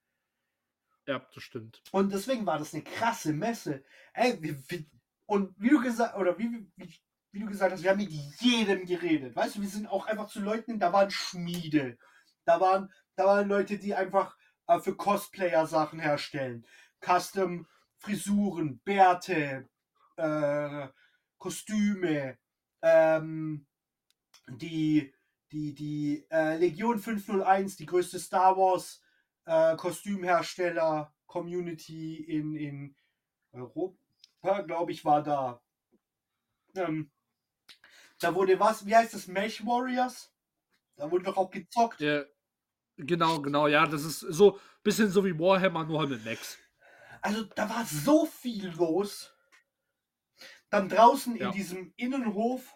Ja, das stimmt. Und deswegen war das eine krasse Messe. Ey, wie, wie, und wie du gesagt, oder wie, wie, wie du gesagt hast, wir haben mit jedem geredet. Weißt du, wir sind auch einfach zu Leuten, da waren Schmiede. Da waren, da waren Leute, die einfach äh, für Cosplayer Sachen herstellen. Custom Frisuren, Bärte, äh, Kostüme, ähm, die, die, die äh, Legion fünfhunderteins, die größte Star Wars äh, Kostümhersteller Community in, in Europa, glaube ich, war da. Ähm, da wurde was, wie heißt das, Mech Warriors? Da wurde doch auch gezockt. Ja, genau, genau, ja, das ist so ein bisschen so wie Warhammer, nur halt mit Max. Also da war so viel los. Dann draußen Ja. in diesem Innenhof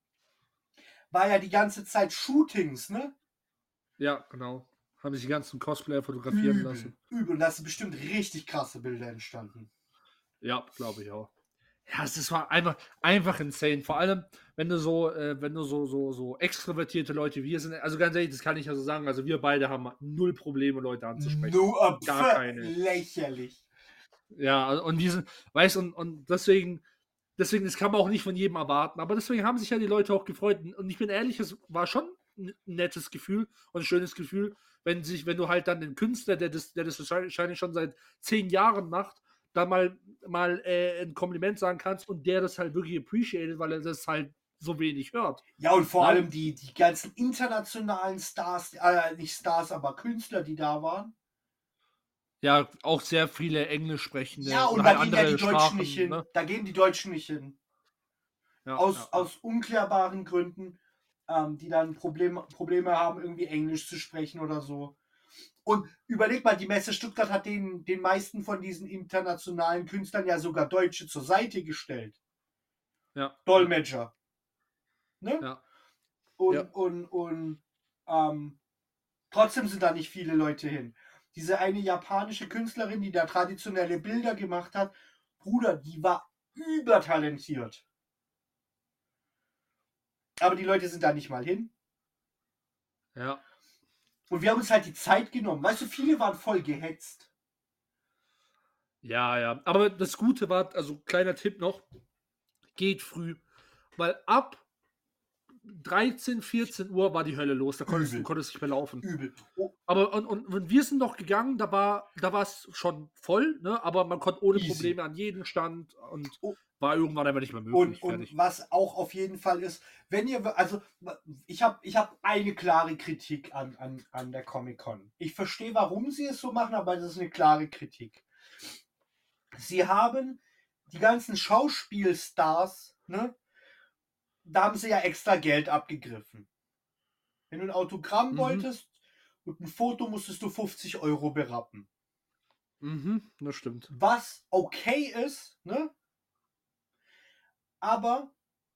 war ja die ganze Zeit Shootings, ne? Ja, genau. Haben sich die ganzen Cosplayer fotografieren Übel, lassen. übel. Und da sind bestimmt richtig krasse Bilder entstanden. Ja, glaube ich auch. Ja, es war einfach, einfach insane. Vor allem, wenn du so, äh, wenn du so, so, so extrovertierte Leute wie wir sind. Also ganz ehrlich, das kann ich ja so sagen. Also wir beide haben null Probleme, Leute anzusprechen. Nur Gar keine. lächerlich. Ja, also, und diese, weißt und, und deswegen, deswegen, das kann man auch nicht von jedem erwarten. Aber deswegen haben sich ja die Leute auch gefreut. Und ich bin ehrlich, es war schon ein nettes Gefühl und ein schönes Gefühl, wenn sich, wenn du halt dann den Künstler, der das, der das wahrscheinlich schon seit zehn Jahren macht, da mal, mal äh, ein Kompliment sagen kannst und der das halt wirklich appreciated, weil er das halt so wenig hört. Ja, und vor Ja. allem die, die ganzen internationalen Stars, äh, nicht Stars, aber Künstler, die da waren. Ja, auch sehr viele Englisch sprechende Ja, und oder da halt gehen ja die andere Deutschen Sprachen. nicht hin. Ne? Da gehen die Deutschen nicht hin. Ja, Aus, ja, ja. aus unklärbaren Gründen, ähm, die dann Probleme, Probleme haben, irgendwie Englisch zu sprechen oder so. Und überleg mal, die Messe Stuttgart hat den, den meisten von diesen internationalen Künstlern ja sogar Deutsche zur Seite gestellt. Ja. Dolmetscher. Ne? Ja. Und, Ja. und, und ähm, trotzdem sind da nicht viele Leute hin. Diese eine japanische Künstlerin, die da traditionelle Bilder gemacht hat, Bruder, die war übertalentiert. Aber die Leute sind da nicht mal hin. Ja. Und wir haben uns halt die Zeit genommen. Weißt du, viele waren voll gehetzt. Ja, ja. Aber das Gute war, also kleiner Tipp noch, geht früh. Weil ab dreizehn, vierzehn Uhr war die Hölle los, da konntest du Übel. konntest nicht mehr laufen. Übel. Oh, Aber und, und, und wir sind noch gegangen, da war da war es schon voll, ne? Aber man konnte ohne Easy. Probleme an jeden Stand und Oh. war irgendwann einfach nicht mehr möglich. Und, und fertig. was auch auf jeden Fall ist, wenn ihr, also ich habe ich hab eine klare Kritik an, an, an der Comic-Con. Ich verstehe, warum sie es so machen, aber das ist eine klare Kritik. Sie haben die ganzen Schauspielstars, ne? Da haben sie ja extra Geld abgegriffen. Wenn du ein Autogramm Mhm. wolltest und ein Foto, musstest du fünfzig Euro berappen. Mhm, das stimmt. Was okay ist, ne? Aber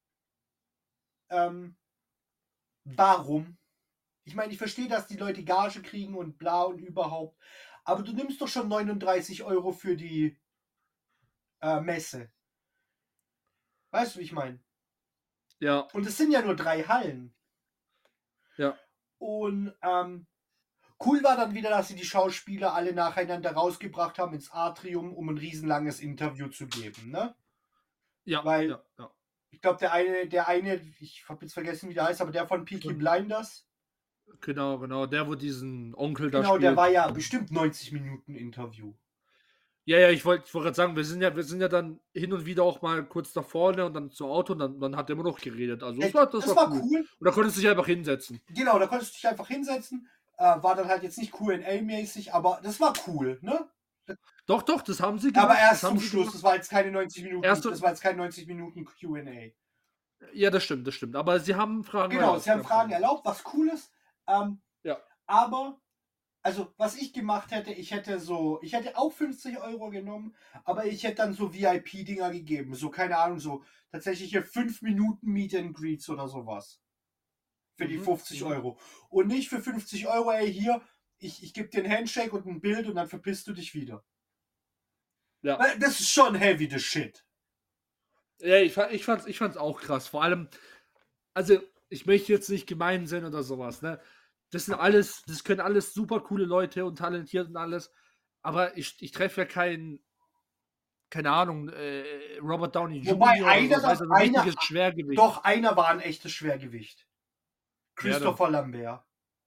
ähm, warum? Ich meine, ich verstehe, dass die Leute Gage kriegen und bla und überhaupt. Aber du nimmst doch schon neununddreißig Euro für die äh, Messe. Weißt du, wie ich meine? Ja, Und es sind ja nur drei Hallen. ja. Und ähm, cool war dann wieder, dass sie die Schauspieler alle nacheinander rausgebracht haben ins Atrium, um ein riesenlanges Interview zu geben. Ne? Ja, Weil- ja, ja. Ich glaube, der eine, der eine, ich habe jetzt vergessen, wie der heißt, aber der von Peaky Von- Blinders, Genau, genau. Der, wo diesen Onkel da genau, spielt. der war ja bestimmt neunzig Minuten Interview. Ja, ja, ich wollte wollt gerade sagen, wir sind ja, wir sind ja dann hin und wieder auch mal kurz nach vorne und dann zum Auto und dann, dann hat er immer noch geredet. Also das Äh, war, das das war war cool. cool. Und da konntest du dich einfach hinsetzen. Genau, da konntest du dich einfach hinsetzen. Äh, war dann halt jetzt nicht Q und A-mäßig, aber das war cool, ne? Doch, doch, das haben sie gemacht. Aber erst das haben zum sie Schluss, gemacht. das war jetzt keine neunzig Minuten, Erst so- das war jetzt kein neunzig Minuten Q und A. Ja, das stimmt, das stimmt. Aber sie haben Fragen Genau, erlaubt. sie haben Fragen erlaubt, was cool ist. Ähm, Ja. Aber, also was ich gemacht hätte, ich hätte so, ich hätte auch fünfzig Euro genommen, aber ich hätte dann so V I P-Dinger gegeben. So, keine Ahnung, so tatsächlich hier fünf Minuten Meet and Greets oder sowas. Für die Mhm, fünfzig mhm. Euro. Und nicht für fünfzig Euro, ey, hier, ich, ich gebe dir einen Handshake und ein Bild und dann verpisst du dich wieder. Ja. Weil das ist schon heavy, the shit. Ja, ich, fa- ich, fand's, ich fand's auch krass. Vor allem, also ich möchte jetzt nicht gemein sein oder sowas, ne? Das sind alles, das können alles super coole Leute und talentiert und alles. Aber ich, ich treffe ja keinen, keine Ahnung, äh, Robert Downey Junior Wobei oder einer so, weißt du, das- ein richtiges einer- Schwergewicht. Doch, einer war ein echtes Schwergewicht. Wer denn? Christopher Lambert.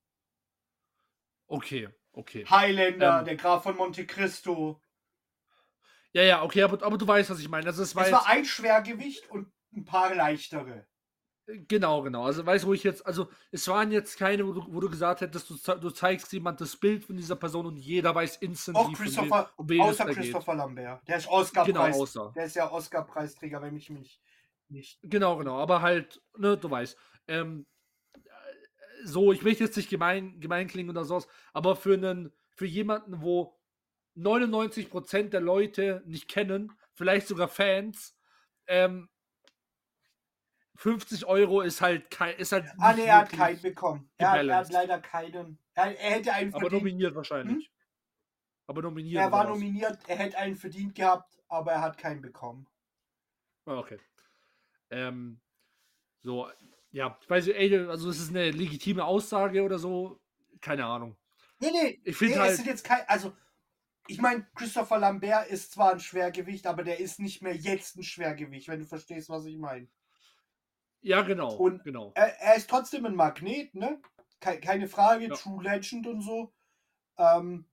Okay, okay. Highlander, Ähm, der Graf von Monte Cristo. Ja, ja, okay, aber, aber du weißt, was ich meine. Also es war Es jetzt, war ein Schwergewicht und ein paar leichtere. genau, genau. Also weißt du, wo ich jetzt, also es waren jetzt keine, wo du, wo du gesagt hättest, du, ze- du zeigst jemand das Bild von dieser Person und jeder weiß instantly, Auch von Christopher, wem, um wen es außer da geht. Christopher Lambert. Der ist Genau, Oscar-Preis. außer. Der ist ja Oscar-Preisträger, wenn ich mich nicht. Genau, genau, aber halt, ne, du weißt. Ähm, äh, so, ich möchte jetzt nicht gemein, gemein klingen oder sowas, aber für einen, für jemanden, wo neunundneunzig Prozent der Leute nicht kennen, vielleicht sogar Fans, ähm, fünfzig Euro ist halt kein, ist halt Ah, nicht nee, er hat wirklich- keinen bekommen. Er hat, er hat gebalanced. leider keinen. Er, er hätte einen aber verdient. nominiert wahrscheinlich. Aber nominiert. Er oder war was? nominiert, er hätte einen verdient gehabt, aber er hat keinen bekommen. Ah, okay. Ähm, so, ja, ich weiß nicht, ey, also es ist eine legitime Aussage oder so, keine Ahnung. Nee, nee, Ich find nee halt- es sind jetzt kein. Also, ich meine, Christopher Lambert ist zwar ein Schwergewicht, aber der ist nicht mehr jetzt ein Schwergewicht, wenn du verstehst, was ich meine. Ja, genau, Und- genau. Er, er ist trotzdem ein Magnet, ne? Ke- Keine Frage, Ja. True Legend und so. Ähm,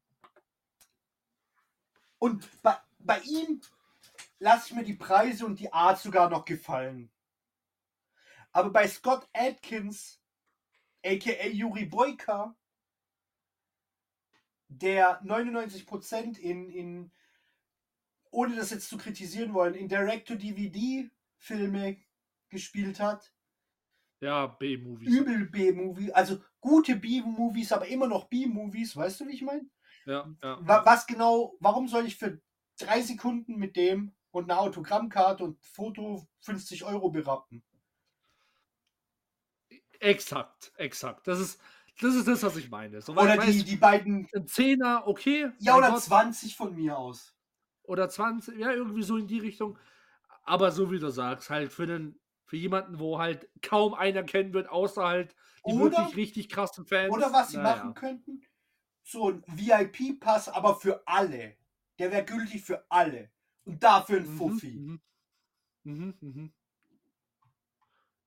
und bei, bei ihm lasse ich mir die Preise und die Art sogar noch gefallen. Aber bei Scott Adkins, aka Yuri Boyka, der neunundneunzig Prozent in, in, ohne das jetzt zu kritisieren wollen, in Direct-to-D V D-Filme gespielt hat, Ja, B-Movies. übel B-Movie, also gute B-Movies, aber immer noch B-Movies, weißt du, wie ich meine? Ja, ja. Wa- Was genau, warum soll ich für drei Sekunden mit dem und eine Autogrammkarte und Foto fünfzig Euro berappen? Exakt, exakt. Das ist, das ist das, was ich meine. So, weil, Oder weißt, die, die beiden, ein Zehner, okay. ja, mein oder Gott, zwanzig von mir aus. oder zwanzig, ja, irgendwie so in die Richtung. Aber so wie du sagst, halt für einen, für jemanden, wo halt kaum einer kennen wird, außer halt die Oder- wirklich richtig krassen Fans. Oder was sie naja. machen könnten, so ein V I P-Pass, aber für alle. Der wäre gültig für alle. Und dafür ein Mhm, Fuffi. Mhm, mhm, mhm.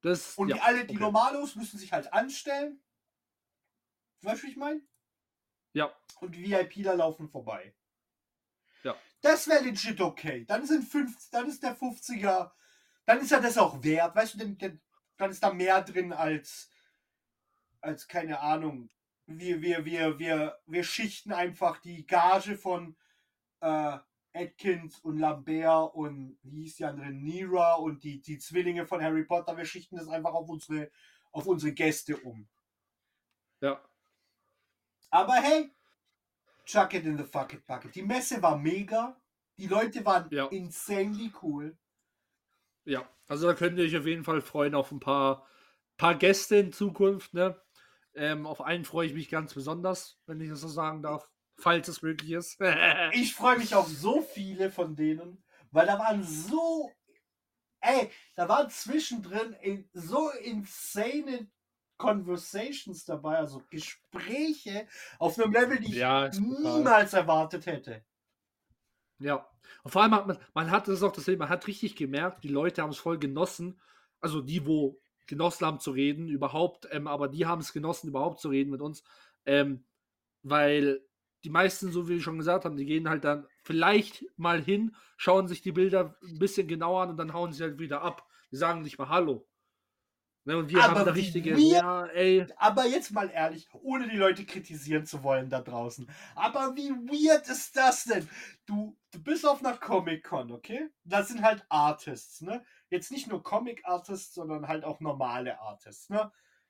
Das, Und ja, die alle, die okay. Normalos müssen sich halt anstellen. Weißt du, wie ich meine? Ja, Und die VIPler laufen vorbei. ja. Das wäre legit okay. Dann sind fünfzig, dann ist der fünfziger, dann ist ja das auch wert. Weißt du, denn, denn, dann ist da mehr drin als, als keine Ahnung. Wir, wir, wir, wir, wir schichten einfach die Gage von äh, Atkins und Lambert und wie hieß die andere, Nira und die, die Zwillinge von Harry Potter. Wir schichten das einfach auf unsere, auf unsere Gäste um. Ja. Aber hey, chuck it in the fuck it bucket. Die Messe war mega. Die Leute waren Ja. insanely cool. Ja, also da könnt ihr euch auf jeden Fall freuen auf ein paar, paar Gäste in Zukunft. Ne? Ähm, auf einen freue ich mich ganz besonders, wenn ich das so sagen darf, falls es möglich ist. Ich freue mich auf so viele von denen, weil da waren so, ey, da waren zwischendrin in, so insane Conversations dabei, also Gespräche auf einem Level, die ich Ja, ist brutal. niemals erwartet hätte. Ja, und vor allem hat man, man hat das auch das man hat richtig gemerkt, die Leute haben es voll genossen, also die, wo genossen haben zu reden, überhaupt, ähm, aber die haben es genossen, überhaupt zu reden mit uns, ähm, weil die meisten, so wie wir schon gesagt haben, die gehen halt dann vielleicht mal hin, schauen sich die Bilder ein bisschen genauer an und dann hauen sie halt wieder ab. Die sagen nicht mal Hallo. Ne, und wir Aber haben da wie richtige, weird- ja, ey, Aber jetzt mal ehrlich, ohne die Leute kritisieren zu wollen da draußen. Aber wie weird ist das denn? Du, du bist auf einer Comic-Con, okay? Das sind halt Artists, ne? Jetzt nicht nur Comic-Artists, sondern halt auch normale Artists, ne?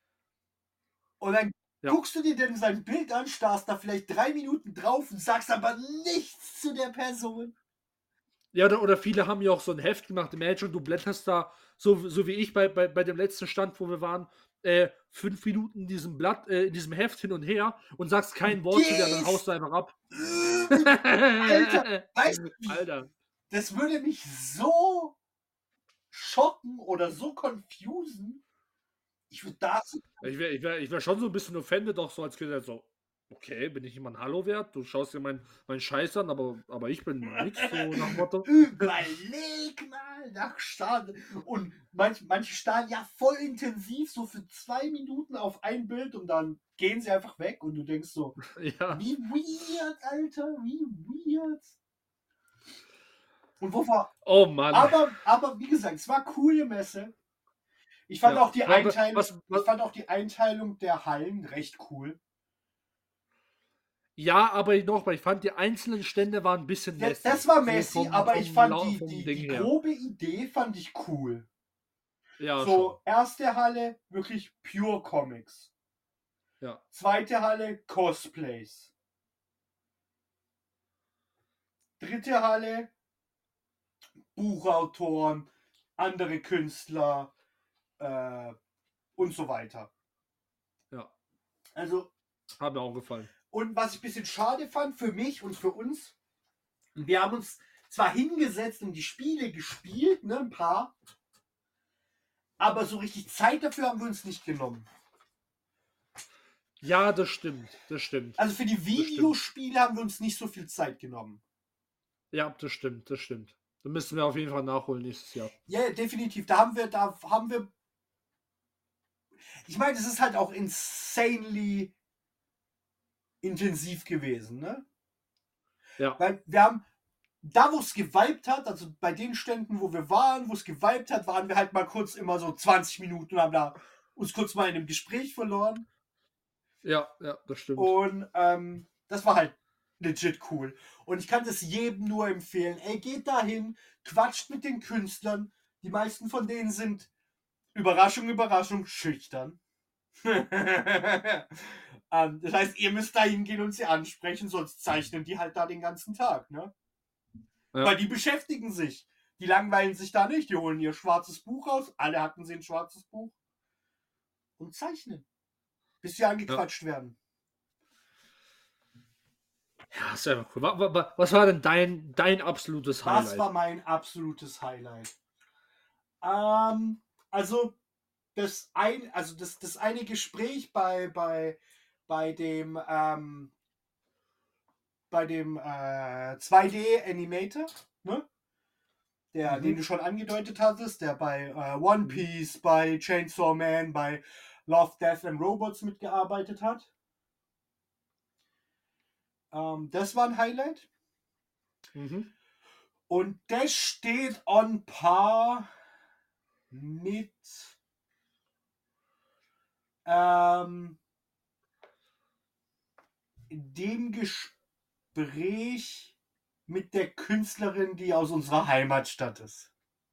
Und dann Ja. guckst du dir denn sein Bild an, starrst da vielleicht drei Minuten drauf und sagst aber nichts zu der Person. Ja, oder, oder viele haben ja auch so ein Heft gemacht im Edge und du blätterst da, so, so wie ich bei, bei, bei dem letzten Stand, wo wir waren, äh, fünf Minuten in diesem Blatt, äh, in diesem Heft hin und her und sagst kein Wort zu dir, dann haust du einfach ab. Alter, weißt du, wie- Alter. das würde mich so schocken oder so confusen. Ich würde da so Ich wäre ich wär, ich wär schon so ein bisschen offended, auch so als Kind, so, okay, bin ich jemand Hallo wert? Du schaust dir meinen mein Scheiß an, aber, aber ich bin nix, so nach dem Motto. Überleg mal nach Start. Und manch, manche starren ja voll intensiv, so für zwei Minuten auf ein Bild und dann gehen sie einfach weg und du denkst so, Ja, wie weird, Alter, wie weird. Und wovor? oh Mann. Aber, aber wie gesagt, es war eine coole Messe. Ich fand, Ja. auch die Aber Einteilung, was- was- ich fand auch die Einteilung der Hallen recht cool. Ja, aber noch, ich fand die einzelnen Stände waren ein bisschen Das, messy. das war So messy, vom- aber vom ich fand Lau- die, vom die, Ding die her. grobe Idee fand ich cool. Ja, So, erste Halle wirklich pure Comics. schon. Ja. Zweite Halle Cosplays. Dritte Halle Buchautoren, andere Künstler äh, und so weiter. Ja. Also, Hat mir auch gefallen. und was ich ein bisschen schade fand für mich und für uns, wir haben uns zwar hingesetzt und die Spiele gespielt, ne, ein paar, aber so richtig Zeit dafür haben wir uns nicht genommen. Ja, das stimmt. Das stimmt. Also für die Videospiele haben wir uns nicht so viel Zeit genommen. Ja, das stimmt. Das stimmt. Da müssen wir auf jeden Fall nachholen nächstes Jahr. Ja, definitiv. Da haben wir, da haben wir. Ich meine, es ist halt auch insanely intensiv gewesen, ne? Ja. Weil wir haben, da wo es geweibt hat, also bei den Ständen, wo wir waren, wo es geweibt hat, waren wir halt mal kurz immer so zwanzig Minuten und haben da uns kurz mal in einem Gespräch verloren. Ja, ja, das stimmt. Und ähm, das war halt legit cool. Und ich kann das jedem nur empfehlen. Ey, geht dahin, quatscht mit den Künstlern. Die meisten von denen sind, Überraschung, Überraschung, schüchtern. ähm, das heißt, ihr müsst da hingehen und sie ansprechen, sonst zeichnen die halt da den ganzen Tag, ne? Ja. Weil die beschäftigen sich. Die langweilen sich da nicht. Die holen ihr schwarzes Buch raus. Alle hatten sie ein schwarzes Buch. Und zeichnen. Bis sie angequatscht ja. werden. Ja, ist einfach cool. Was war denn dein, dein absolutes Highlight? Was war mein absolutes Highlight? Ähm, also, das, ein, also das, das eine Gespräch bei, bei, bei dem, ähm, bei dem äh, zwei D Animator, ne? der, Mhm. den du schon angedeutet hattest, der bei äh, One Mhm. Piece, bei Chainsaw Man, bei Love, Death and Robots mitgearbeitet hat. Ähm, das war ein Highlight. Mhm. Und das steht on par mit ähm, dem Gespräch mit der Künstlerin, die aus unserer Heimatstadt ist.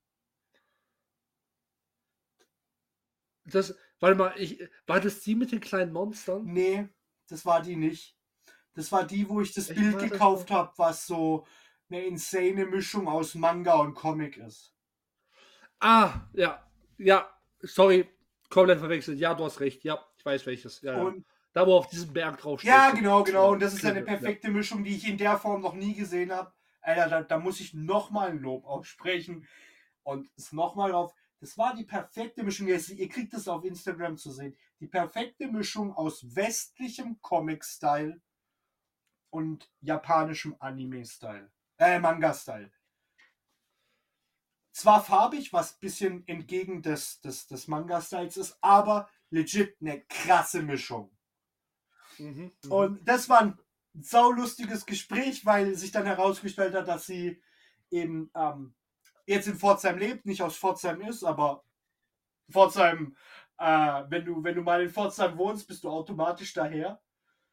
Das, warte mal, ich, war das die mit den kleinen Monstern? Nee, das war die nicht. Das war die, wo ich das Ich Bild war das gekauft noch. habe, was so eine insane Mischung aus Manga und Comic ist. Ah, ja, ja, sorry, komplett verwechselt. Ja, du hast recht. Ja, ich weiß welches. Ja, ja. Und Da, wo auf diesem Berg drauf steht. ja, so- genau, genau. ja, Und das ist eine Klinge, ja. perfekte Mischung, die ich in der Form noch nie gesehen habe. Alter, da, da muss ich nochmal ein Lob aussprechen. Und es nochmal drauf. Das war die perfekte Mischung. Ihr, ihr kriegt das auf Instagram zu sehen. Die perfekte Mischung aus westlichem Comic-Style und japanischem Anime-Style. Äh, Manga-Style. Zwar farbig, was ein bisschen entgegen des, des, des Manga-Styles ist, aber legit eine krasse Mischung. Mhm, mhm. Und das war ein saulustiges Gespräch, weil sich dann herausgestellt hat, dass sie eben ähm, jetzt in Pforzheim lebt, nicht aus Pforzheim ist, aber Pforzheim, äh, wenn du, wenn du mal in Pforzheim wohnst, bist du automatisch daher.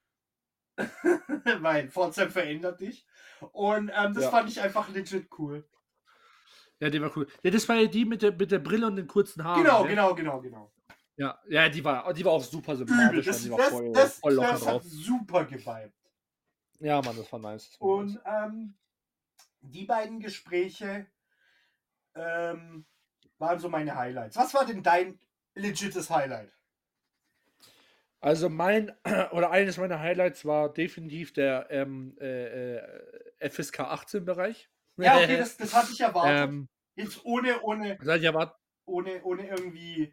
Weil Pforzheim verändert dich. Und ähm, das Ja. fand ich einfach legit cool. Ja, die war cool. Ja, das war ja die mit der, mit der Brille und den kurzen Haaren. Genau, ne? genau, genau, genau. Ja, ja, die war, die war auch super Übel. sympathisch. Das, Mann, die war das, voll, das, voll locker das hat drauf. super geweibt. Ja, Mann, das war nice. Das war Und nice. ähm, die beiden Gespräche ähm, waren so meine Highlights. Was war denn dein legites Highlight? Also mein, oder eines meiner Highlights war definitiv der ähm, äh, äh, F S K achtzehn Bereich. Ja, okay, das, das hatte ich erwartet. ähm, Jetzt ohne, ohne, das hatte ich erwartet. ohne, ohne irgendwie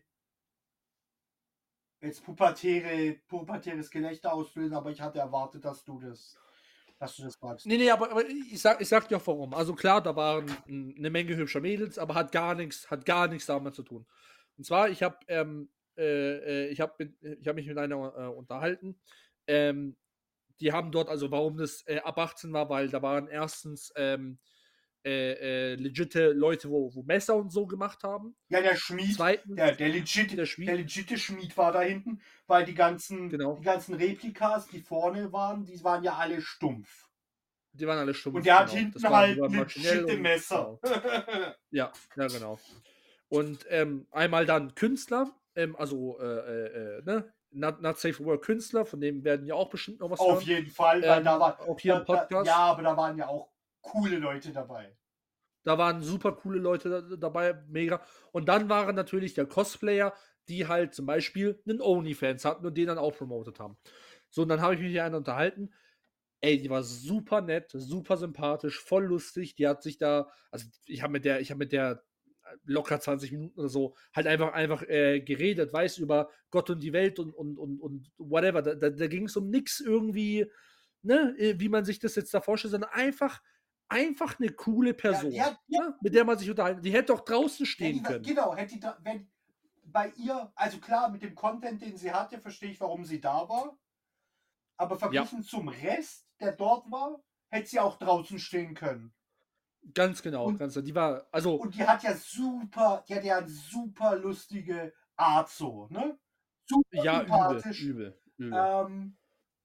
jetzt pubertäre, pubertäres Gelächter auslösen, aber ich hatte erwartet, dass du das, dass du das magst. Nee, nee, aber, aber ich sag, ich sag dir auch warum. Also klar, da waren n- eine Menge hübscher Mädels, aber hat gar nichts, hat gar nichts damit zu tun. Und zwar, ich habe ähm, äh, äh, ich hab mit, ich hab mich mit einer äh, unterhalten. Ähm, die haben dort, also warum das äh, ab achtzehn war, weil da waren erstens ähm, äh, äh, legite Leute, wo, wo Messer und so gemacht haben. Ja, der Schmied, Zweitens, der, der, legit, der der, Schmied. legite Schmied war da hinten, weil die ganzen, Genau. die ganzen Replikas, die vorne waren, die waren ja alle stumpf. Die waren alle stumpf. Und der hat genau. hinten Das waren, halt die waren maschinell legite und- Messer. Genau. Ja, ja, genau. Und ähm, einmal dann Künstler, ähm, also äh, äh, äh, ne? Not, not Safe for Work Künstler, von dem werden ja auch bestimmt noch was Auf hören. jeden Fall, weil Ähm, da war, auch hier da, im Podcast. Da, ja, aber da waren ja auch coole Leute dabei. Da waren super coole Leute da, dabei, mega. Und dann waren natürlich der Cosplayer, die halt zum Beispiel einen OnlyFans hatten und den dann auch promotet haben. So, und dann habe ich mich mit einer unterhalten. Ey, die war super nett, super sympathisch, voll lustig. Die hat sich da, also ich habe mit der, ich habe mit der locker zwanzig Minuten oder so halt einfach einfach äh, geredet, weiß über Gott und die Welt und und und, und whatever. Da, da, da ging es um nichts irgendwie, ne, äh, wie man sich das jetzt da vorstellt, sondern einfach einfach eine coole Person, ja, ja. Ne, mit der man sich unterhalten. Die hätte doch draußen Ja, stehen die, können. genau, hätte die da, wenn bei ihr, also klar, mit dem Content, den sie hatte, verstehe ich, warum sie da war. Aber verglichen zum Rest, der dort war, hätte sie auch draußen stehen können. Ganz genau, Und- ganz genau. Die war, also Und die hat ja super, die hat ja eine super lustige Art so, ne? Super ja, übel, sympathisch. übel, übel. Ähm,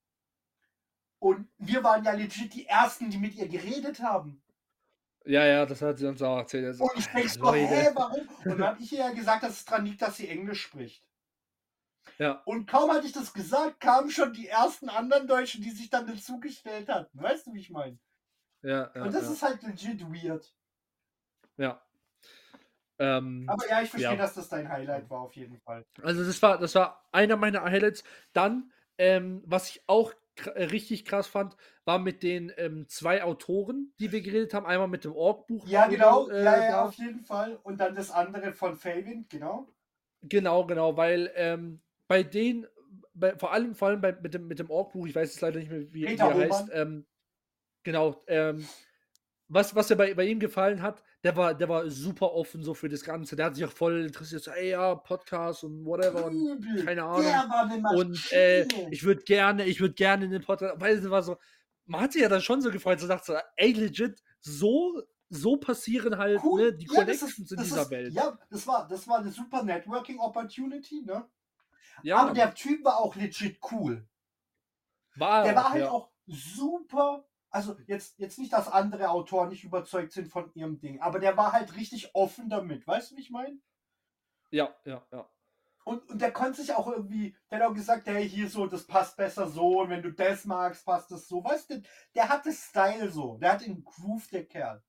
und wir waren ja legit die Ersten, die mit ihr geredet haben. Ja, ja, das hat sie uns auch erzählt. Also, Und ich denke so, Leute. hä, warum? Und dann habe ich ihr ja gesagt, dass es dran liegt, dass sie Englisch spricht. Ja, Und kaum hatte ich das gesagt, kamen schon die ersten anderen Deutschen, die sich dann dazugestellt hatten. Weißt du, wie ich meine? ja, ja. Und das ja. ist halt legit weird. Ja. Ähm, Aber ja, ich verstehe, ja. dass das dein Highlight war, auf jeden Fall. Also das war, das war einer meiner Highlights. Dann, ähm, was ich auch kr- äh, richtig krass fand, war mit den ähm, zwei Autoren, die wir geredet haben. Einmal mit dem Org-Buch. Ja, wo genau. du, äh, ja, ja, da- auf jeden Fall. Und dann das andere von Favind, genau. Genau, genau, weil ähm, bei denen, bei, vor allem, vor allem bei, mit dem, mit dem Org-Buch, ich weiß jetzt leider nicht mehr, wie, wie Peter er heißt, Hohmann. ähm, genau, ähm, was, was mir bei, bei ihm gefallen hat, der war, der war super offen so für das Ganze. Der hat sich auch voll interessiert, so, ey, ja, Podcast und whatever und Übel. keine Der Ahnung. war eine Und äh, Maschine. ich würde gerne, ich würde gerne in den Podcast, weil es war so, man hat sich ja dann schon so gefreut, so dachte so, ey, legit, so, so passieren halt Cool. ne, die Ja, das Connections ist, in das dieser ist, Welt. ja, das war, das war eine super Networking-Opportunity, ne? Ja, Aber der Typ war auch legit cool. war Der er war auch, halt ja. auch super. Also jetzt, jetzt nicht, dass andere Autoren nicht überzeugt sind von ihrem Ding, aber der war halt richtig offen damit. Weißt du, wie ich meine? Ja, ja, ja. Und, und der konnte sich auch irgendwie, der hat auch gesagt, hey, hier so, das passt besser so und wenn du das magst, passt das so. Weißt du, der hatte Style so. Der hat den Groove, der Kerl.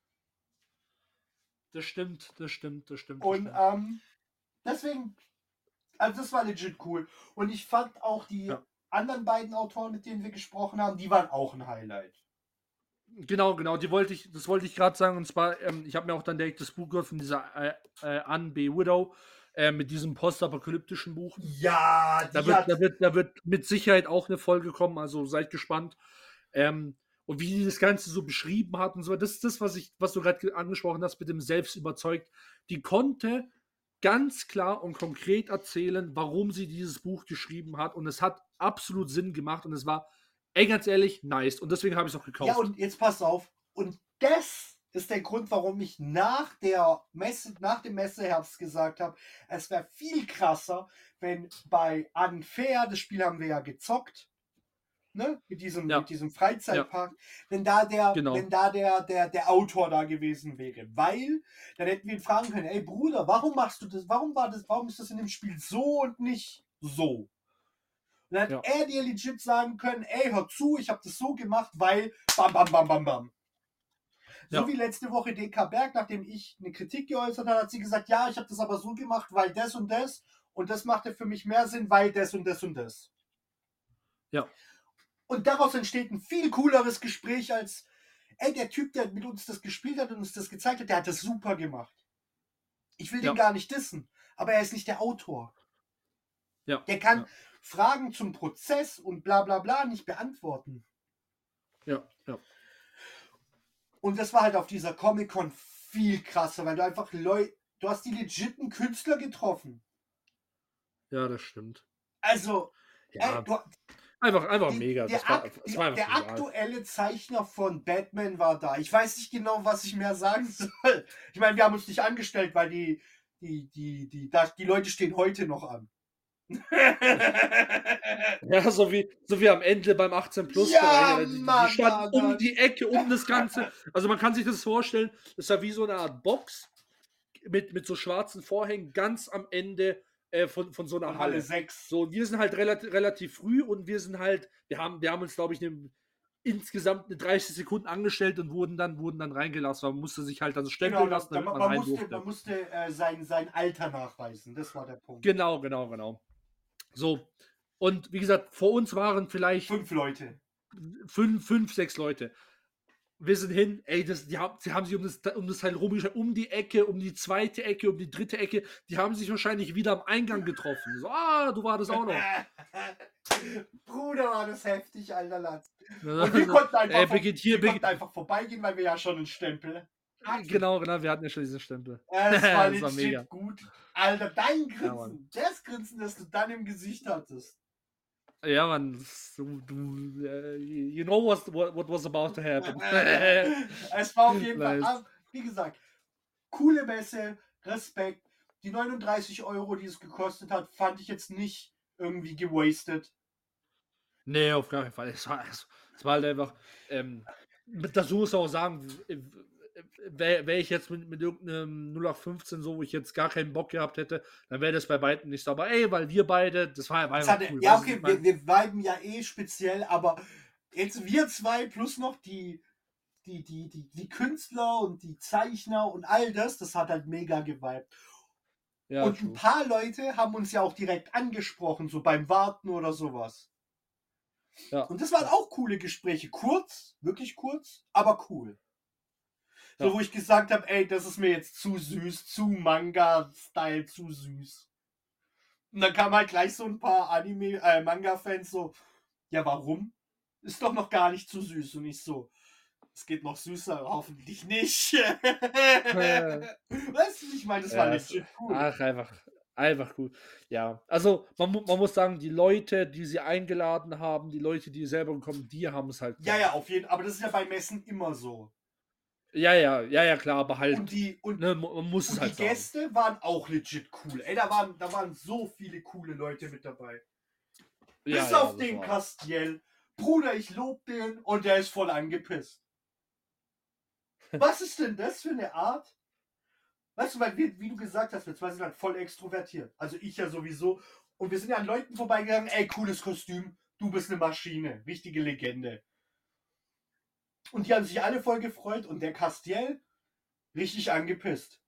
Das stimmt, das stimmt, das stimmt. Das Und stimmt. ähm, deswegen, also das war legit cool. Und ich fand auch die Ja. anderen beiden Autoren, mit denen wir gesprochen haben, die waren auch ein Highlight. Genau, genau, die wollte ich, das wollte ich gerade sagen. Und zwar, ähm, ich habe mir auch dann direkt das Buch gehört von dieser äh, äh, Anne B. Widow, äh, mit diesem postapokalyptischen Buch. Ja, die Da wird, hat, da, wird, da wird mit Sicherheit auch eine Folge kommen, also seid gespannt. Ähm, und wie die das Ganze so beschrieben hat und so, das ist das, was ich, was du gerade angesprochen hast, mit dem Selbstüberzeugt. Die konnte ganz klar und konkret erzählen, warum sie dieses Buch geschrieben hat. Und es hat absolut Sinn gemacht und es war, ey, ganz ehrlich, nice. Und deswegen habe ich es auch gekauft. ja, und jetzt pass auf. Und das ist der Grund, warum ich nach der Messe, nach dem Messeherbst gesagt habe, es wäre viel krasser, wenn bei Unfair, das Spiel haben wir ja gezockt, ne, mit diesem, Ja. mit diesem Freizeitpark, wenn da der, Genau. wenn da der, der, der Autor da gewesen wäre, weil dann hätten wir ihn fragen können, ey Bruder, warum machst du das, warum war das, warum ist das in dem Spiel so und nicht so? Und dann hat Ja. er dir legit sagen können, ey, hör zu, ich habe das so gemacht, weil bam, bam, bam, bam, bam. So Ja. wie letzte Woche D K Berg, nachdem ich eine Kritik geäußert habe, hat sie gesagt, ja, ich habe das aber so gemacht, weil das und das und das machte für mich mehr Sinn, weil das und das und das. Ja. Und daraus entsteht ein viel cooleres Gespräch als, ey, der Typ, der mit uns das gespielt hat und uns das gezeigt hat, der hat das super gemacht. Ich will Ja. den gar nicht dissen, aber er ist nicht der Autor. Ja. Der kann Ja. Fragen zum Prozess und bla bla bla nicht beantworten. Ja. Ja. Und das war halt auf dieser Comic-Con viel krasser, weil du einfach Leute, du hast die legiten Künstler getroffen. Ja, das stimmt. Also, Ja. ey, du, Einfach, einfach die, mega. der, Das war, Akt, das war einfach der genial. aktuelle Zeichner von Batman war da. Ich weiß nicht genau, was ich mehr sagen soll. Ich meine, wir haben uns nicht angestellt, weil die, die, die, die, die, die Leute stehen heute noch an. Ja, so wie, so wie am Ende beim achtzehn Plus Ja, Bereich. Die, Mann, die standen Mann. um die Ecke, um das Ganze. Also man kann sich das vorstellen, das war wie so eine Art Box mit, mit so schwarzen Vorhängen ganz am Ende äh, von, von so einer Von Halle. Halle sechs. So, und wir sind halt relativ, relativ früh und wir sind halt, wir haben, wir haben uns, glaube ich, eine, insgesamt eine dreißig Sekunden angestellt und wurden dann, wurden dann reingelassen. Man musste sich halt also stempeln Genau, lassen, da, damit man, man, man rein musste, durfte. man musste äh, sein, sein Alter nachweisen. Das war der Punkt. Genau, genau, genau. So, und wie gesagt, vor uns waren vielleicht Fünf Leute. fünf, fünf, sechs Leute. Wir sind hin, ey, das, die haben, sie haben sich um das, um das Teil rumgeschaut, um die Ecke, um die zweite Ecke, um die dritte Ecke. Die haben sich wahrscheinlich wieder am Eingang getroffen. So, ah, du warst auch noch. Bruder, war das heftig, alter Latz. Und Und wir konnten einfach, Ey, vor, beginnt hier, wir konnten beginnt, einfach vorbeigehen, weil wir ja schon einen Stempel hatten. genau, genau, wir hatten ja schon diese Stempel. Es war Das war mega. legit gut. Alter, dein Grinsen, Ja, Mann. das Grinsen, das du dann im Gesicht hattest. Ja, Mann, das- du, du, äh, you know what, what, what was about to happen. Es war auf jeden Fall, Nice. ah, wie gesagt, coole Messe, Respekt. Die neununddreißig Euro, die es gekostet hat, fand ich jetzt nicht irgendwie gewastet. Nee, auf gar keinen Fall. Es war, es, es war halt einfach, ähm, mit- dazu muss man auch sagen, wäre wär ich jetzt mit, mit irgendeinem null acht fünfzehn so, wo ich jetzt gar keinen Bock gehabt hätte, dann wäre das bei weitem nicht so. Aber ey, weil wir beide, das war, war Das einfach hatte, cool. ja, weißt du, okay, ich mein, wir, wir viben ja eh speziell, aber jetzt wir zwei plus noch die, die, die, die, die Künstler und die Zeichner und all das, das hat halt mega geweibt. ja, und ein true. paar Leute haben uns ja auch direkt angesprochen, so beim Warten oder sowas. Ja. Und das waren auch coole Gespräche. Kurz, wirklich kurz, aber cool. So, Ja. wo ich gesagt habe, ey, das ist mir jetzt zu süß, zu Manga-Style, zu süß. Und dann kamen halt gleich so ein paar Anime, äh, Manga-Fans so, ja, warum? Ist doch noch gar nicht zu süß. Und ich so, es geht noch süßer, hoffentlich nicht. Weißt du, ich meine, das war Ja, legit cool. Ach, einfach, einfach gut. Ja, also man, mu- man muss sagen, die Leute, die sie eingeladen haben, die Leute, die selber gekommen, die haben es halt Ja, gemacht. ja, auf jeden Fall. Aber das ist ja bei Messen immer so. Ja, ja, ja, ja, klar, aber halt, Und die, und, ne, mu- man muss es und halt die sagen. Gäste waren auch legit cool. Ey, da waren, da waren so viele coole Leute mit dabei. Ja, Bis ja, auf das den war- Castiel. Bruder, ich lob den und der ist voll angepisst. Was ist denn das für eine Art? Weißt du, weil wir, wie du gesagt hast, wir zwei sind halt voll extrovertiert. Also ich ja sowieso. Und wir sind ja an Leuten vorbeigegangen, ey, cooles Kostüm, du bist eine Maschine, richtige Legende. Und die haben sich alle voll gefreut und der Castiel richtig angepisst.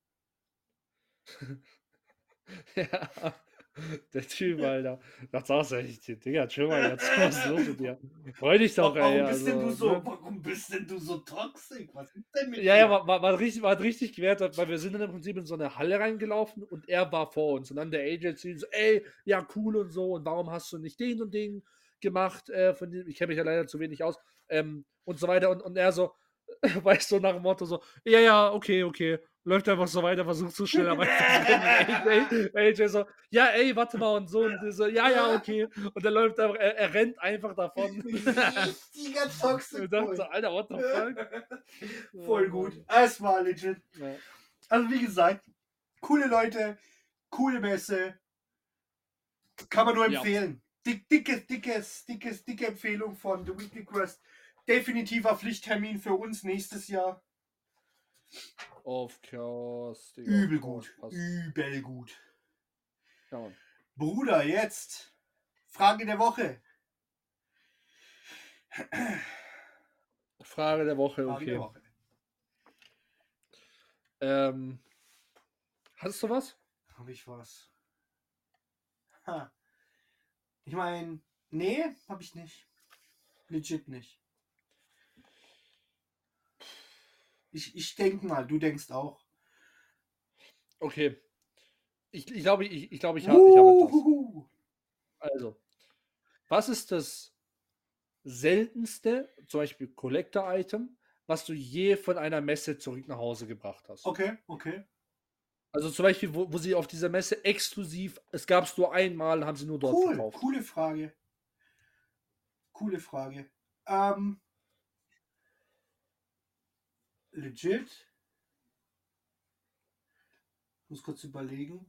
Ja, der Typ, Alter. Da sagst du echt, Digga, chill mal jetzt, was ist los mit dir? Freu dich doch, Warum ey. bist denn du also, so, ne? warum bist denn du so toxisch? Was ist denn mit Ja, dir? ja, war, war, war, richtig, war richtig gewährt, weil wir sind dann im Prinzip in so eine Halle reingelaufen und er war vor uns. Und dann der Agent zu ihm so, ey, ja, cool und so, und warum hast du nicht den und den gemacht? Äh, von dem, ich kenne mich ja leider zu wenig aus. Ähm, und so weiter. Und, und er so, weißt du, nach dem Motto so, ja, ja, okay, okay. Läuft einfach so weiter, versucht so schneller weiter. A J so, ja, ey, warte mal und so. Und so, ja, ja, okay. Und er läuft einfach, er, er rennt einfach davon. Richtiger Toxic Und dachte Boy. so, Alter, what the fuck? Voll gut. Es war legit. Ja. Also wie gesagt, coole Leute, coole Messe. Kann man nur Ja. empfehlen. Dick, dickes, dickes, dickes, dicke Empfehlung von The Weekly Quest. Definitiver Pflichttermin für uns nächstes Jahr. Of course. Digga, Übel of course, gut. passt. Übel gut. Ja, Mann. Bruder, jetzt Frage der Woche. Frage der Woche, Frage okay. der Woche. Ähm, hast du was? Habe ich was? Ha. Ich meine, nee, habe ich nicht. Legit nicht. Ich, ich denke mal, du denkst auch. Okay. Ich, ich glaube, ich, ich, glaube, ich, hab, ich habe etwas. Uhuhu. Also, was ist das seltenste, zum Beispiel Collector-Item, was du je von einer Messe zurück nach Hause gebracht hast? Okay, okay. Also zum Beispiel, wo, wo sie auf dieser Messe exklusiv, es gab es nur einmal, haben sie nur dort Cool, verkauft. coole Frage. Coole Frage. Ähm, legit. Muss kurz überlegen.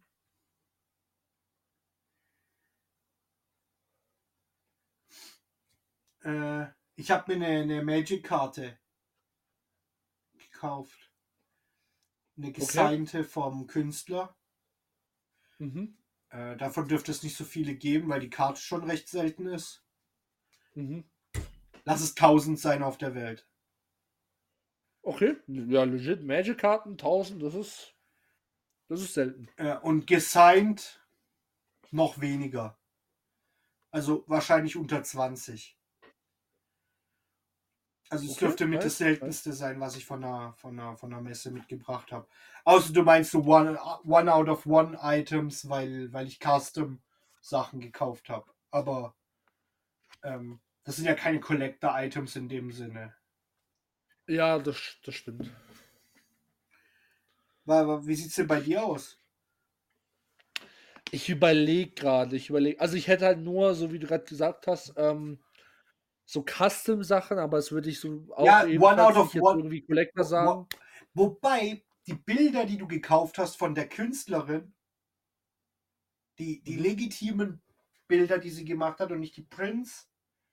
Äh, ich habe mir eine, eine Magic-Karte gekauft. Eine gesignte vom Künstler. Mhm. Äh, davon dürfte es nicht so viele geben, weil die Karte schon recht selten ist. Mhm. Lass es tausend sein auf der Welt. Okay, ja, legit Magic-Karten, tausend, das ist, das ist selten. Äh, und gesigned noch weniger. Also wahrscheinlich unter zwanzig. Also es Okay, dürfte mit nice, das seltenste sein, was ich von einer, von einer, von einer Messe mitgebracht habe. Außer du meinst so one, one out of one Items, weil, weil ich Custom Sachen gekauft habe. Aber ähm, das sind ja keine Collector Items in dem Sinne. Ja, das, das stimmt. Weil, wie sieht es denn bei dir aus? Ich überlege gerade, ich überlege, also ich hätte halt nur, so wie du gerade gesagt hast, ähm, so Custom-Sachen, aber es würde ich so auch Ja, ebenfalls one out of nicht jetzt one- irgendwie Collector sagen. Wobei die Bilder, die du gekauft hast von der Künstlerin, die, die Mhm. legitimen Bilder, die sie gemacht hat und nicht die Prints,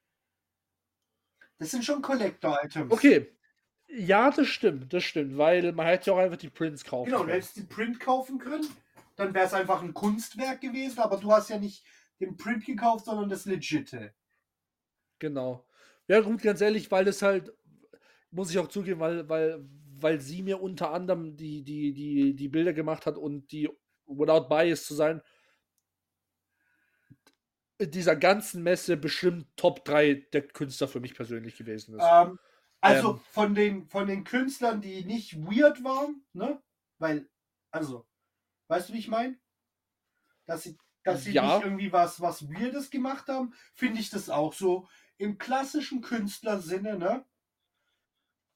das sind schon Collector-Items. Okay, ja, das stimmt, das stimmt, weil man hätte ja auch einfach die Prints kaufen Genau, du können. hättest die Print kaufen können, dann wäre es einfach ein Kunstwerk gewesen, aber du hast ja nicht den Print gekauft, sondern das Legite. Genau. Ja, gut, ganz ehrlich, weil das halt, muss ich auch zugeben, weil, weil, weil sie mir unter anderem die, die, die, die Bilder gemacht hat und die, without bias zu sein, in dieser ganzen Messe bestimmt Top drei der Künstler für mich persönlich gewesen ist. Ähm, also Ähm. von, den, von den Künstlern, die nicht weird waren, ne? Weil, also, weißt du, wie ich meine? Dass sie, dass sie Ja. nicht irgendwie was, was Weirdes gemacht haben, finde ich das auch so im klassischen Künstlersinne, ne?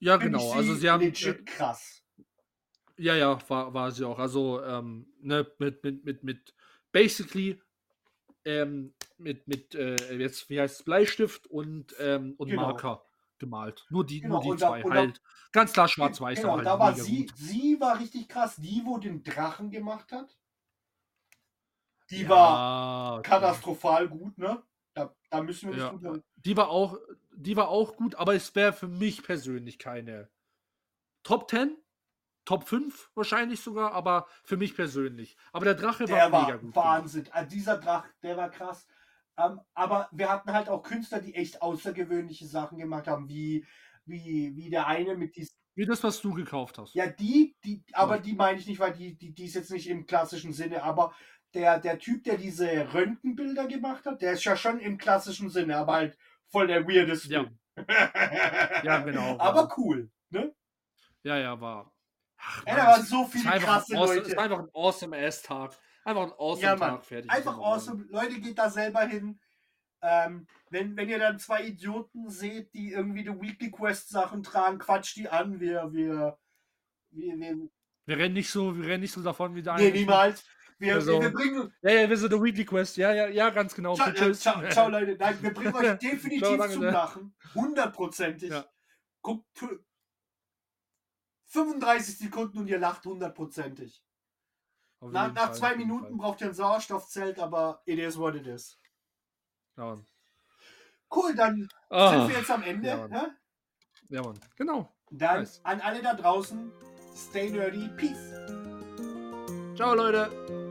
Ja, Finde ich genau. Also sie sie haben. legit Äh, krass. ja, ja, war, war sie auch. Also, ähm, ne, mit, mit, mit, mit basically ähm, mit, mit äh, jetzt, wie heißt es, Bleistift und, ähm, und Genau. Marker gemalt. Nur die, Genau, nur die und da- zwei. und da- halt ganz klar schwarz-weiß, Genau, aber da halt war mega sie, gut. sie war richtig krass. Die, wo den Drachen gemacht hat, die Ja, war okay. katastrophal gut, ne? Da, da müssen wir nicht Ja, drüber. die war auch, die war auch gut, aber es wäre für mich persönlich keine Top zehn, Top fünf wahrscheinlich sogar, aber für mich persönlich. Aber der Drache Der war mega war gut. Wahnsinn. Also dieser Drach, der war krass. Ähm, aber wir hatten halt auch Künstler, die echt außergewöhnliche Sachen gemacht haben, wie, wie, wie der eine mit diesem. Wie das, was du gekauft hast. Ja, die, die, aber Ja. die meine ich nicht, weil die, die, die ist jetzt nicht im klassischen Sinne, aber der, der Typ, der diese Röntgenbilder gemacht hat, der ist ja schon im klassischen Sinne, aber halt voll der weirdeste. Ja. Ja, genau, Aber ja. cool, ne? Ja, ja, war. Ach, Ja, Mann, da waren es- so es viele war einfach krasse ein awesome, Leute. Es war einfach ein awesome Ass-Tag. Einfach ein awesome Ja, Mann. Tag, fertig. Einfach Wunderbar. awesome. Leute, geht da selber hin. Ähm, wenn, wenn ihr dann zwei Idioten seht, die irgendwie die Weekly Quest Sachen tragen, quatscht die an. Wir, wir, wir, wir Wir rennen nicht so, wir rennen nicht so davon wie der nee, eine. niemals. Wir, Also- wir, wir bringen, Ja, ja, wir sind der Weekly Quest. Ja, ja, ja, ganz genau. ciao, äh, Tschüss. ciao, ciao, Leute. Nein, wir bringen euch definitiv Ciao, danke, zum ne? Lachen. Hundertprozentig. Ja. Guckt fünfunddreißig Sekunden und ihr lacht hundertprozentig. Auf Nach, jeden nach Fall, zwei auf jeden Minuten Fall. braucht ihr ein Sauerstoffzelt, aber it is what it is. Ja, Mann. Cool, dann Ah, sind wir jetzt am Ende. ja, Mann. hä? ja, Mann. Genau. Dann Nice. an alle da draußen, stay nerdy, peace. Ciao, Leute.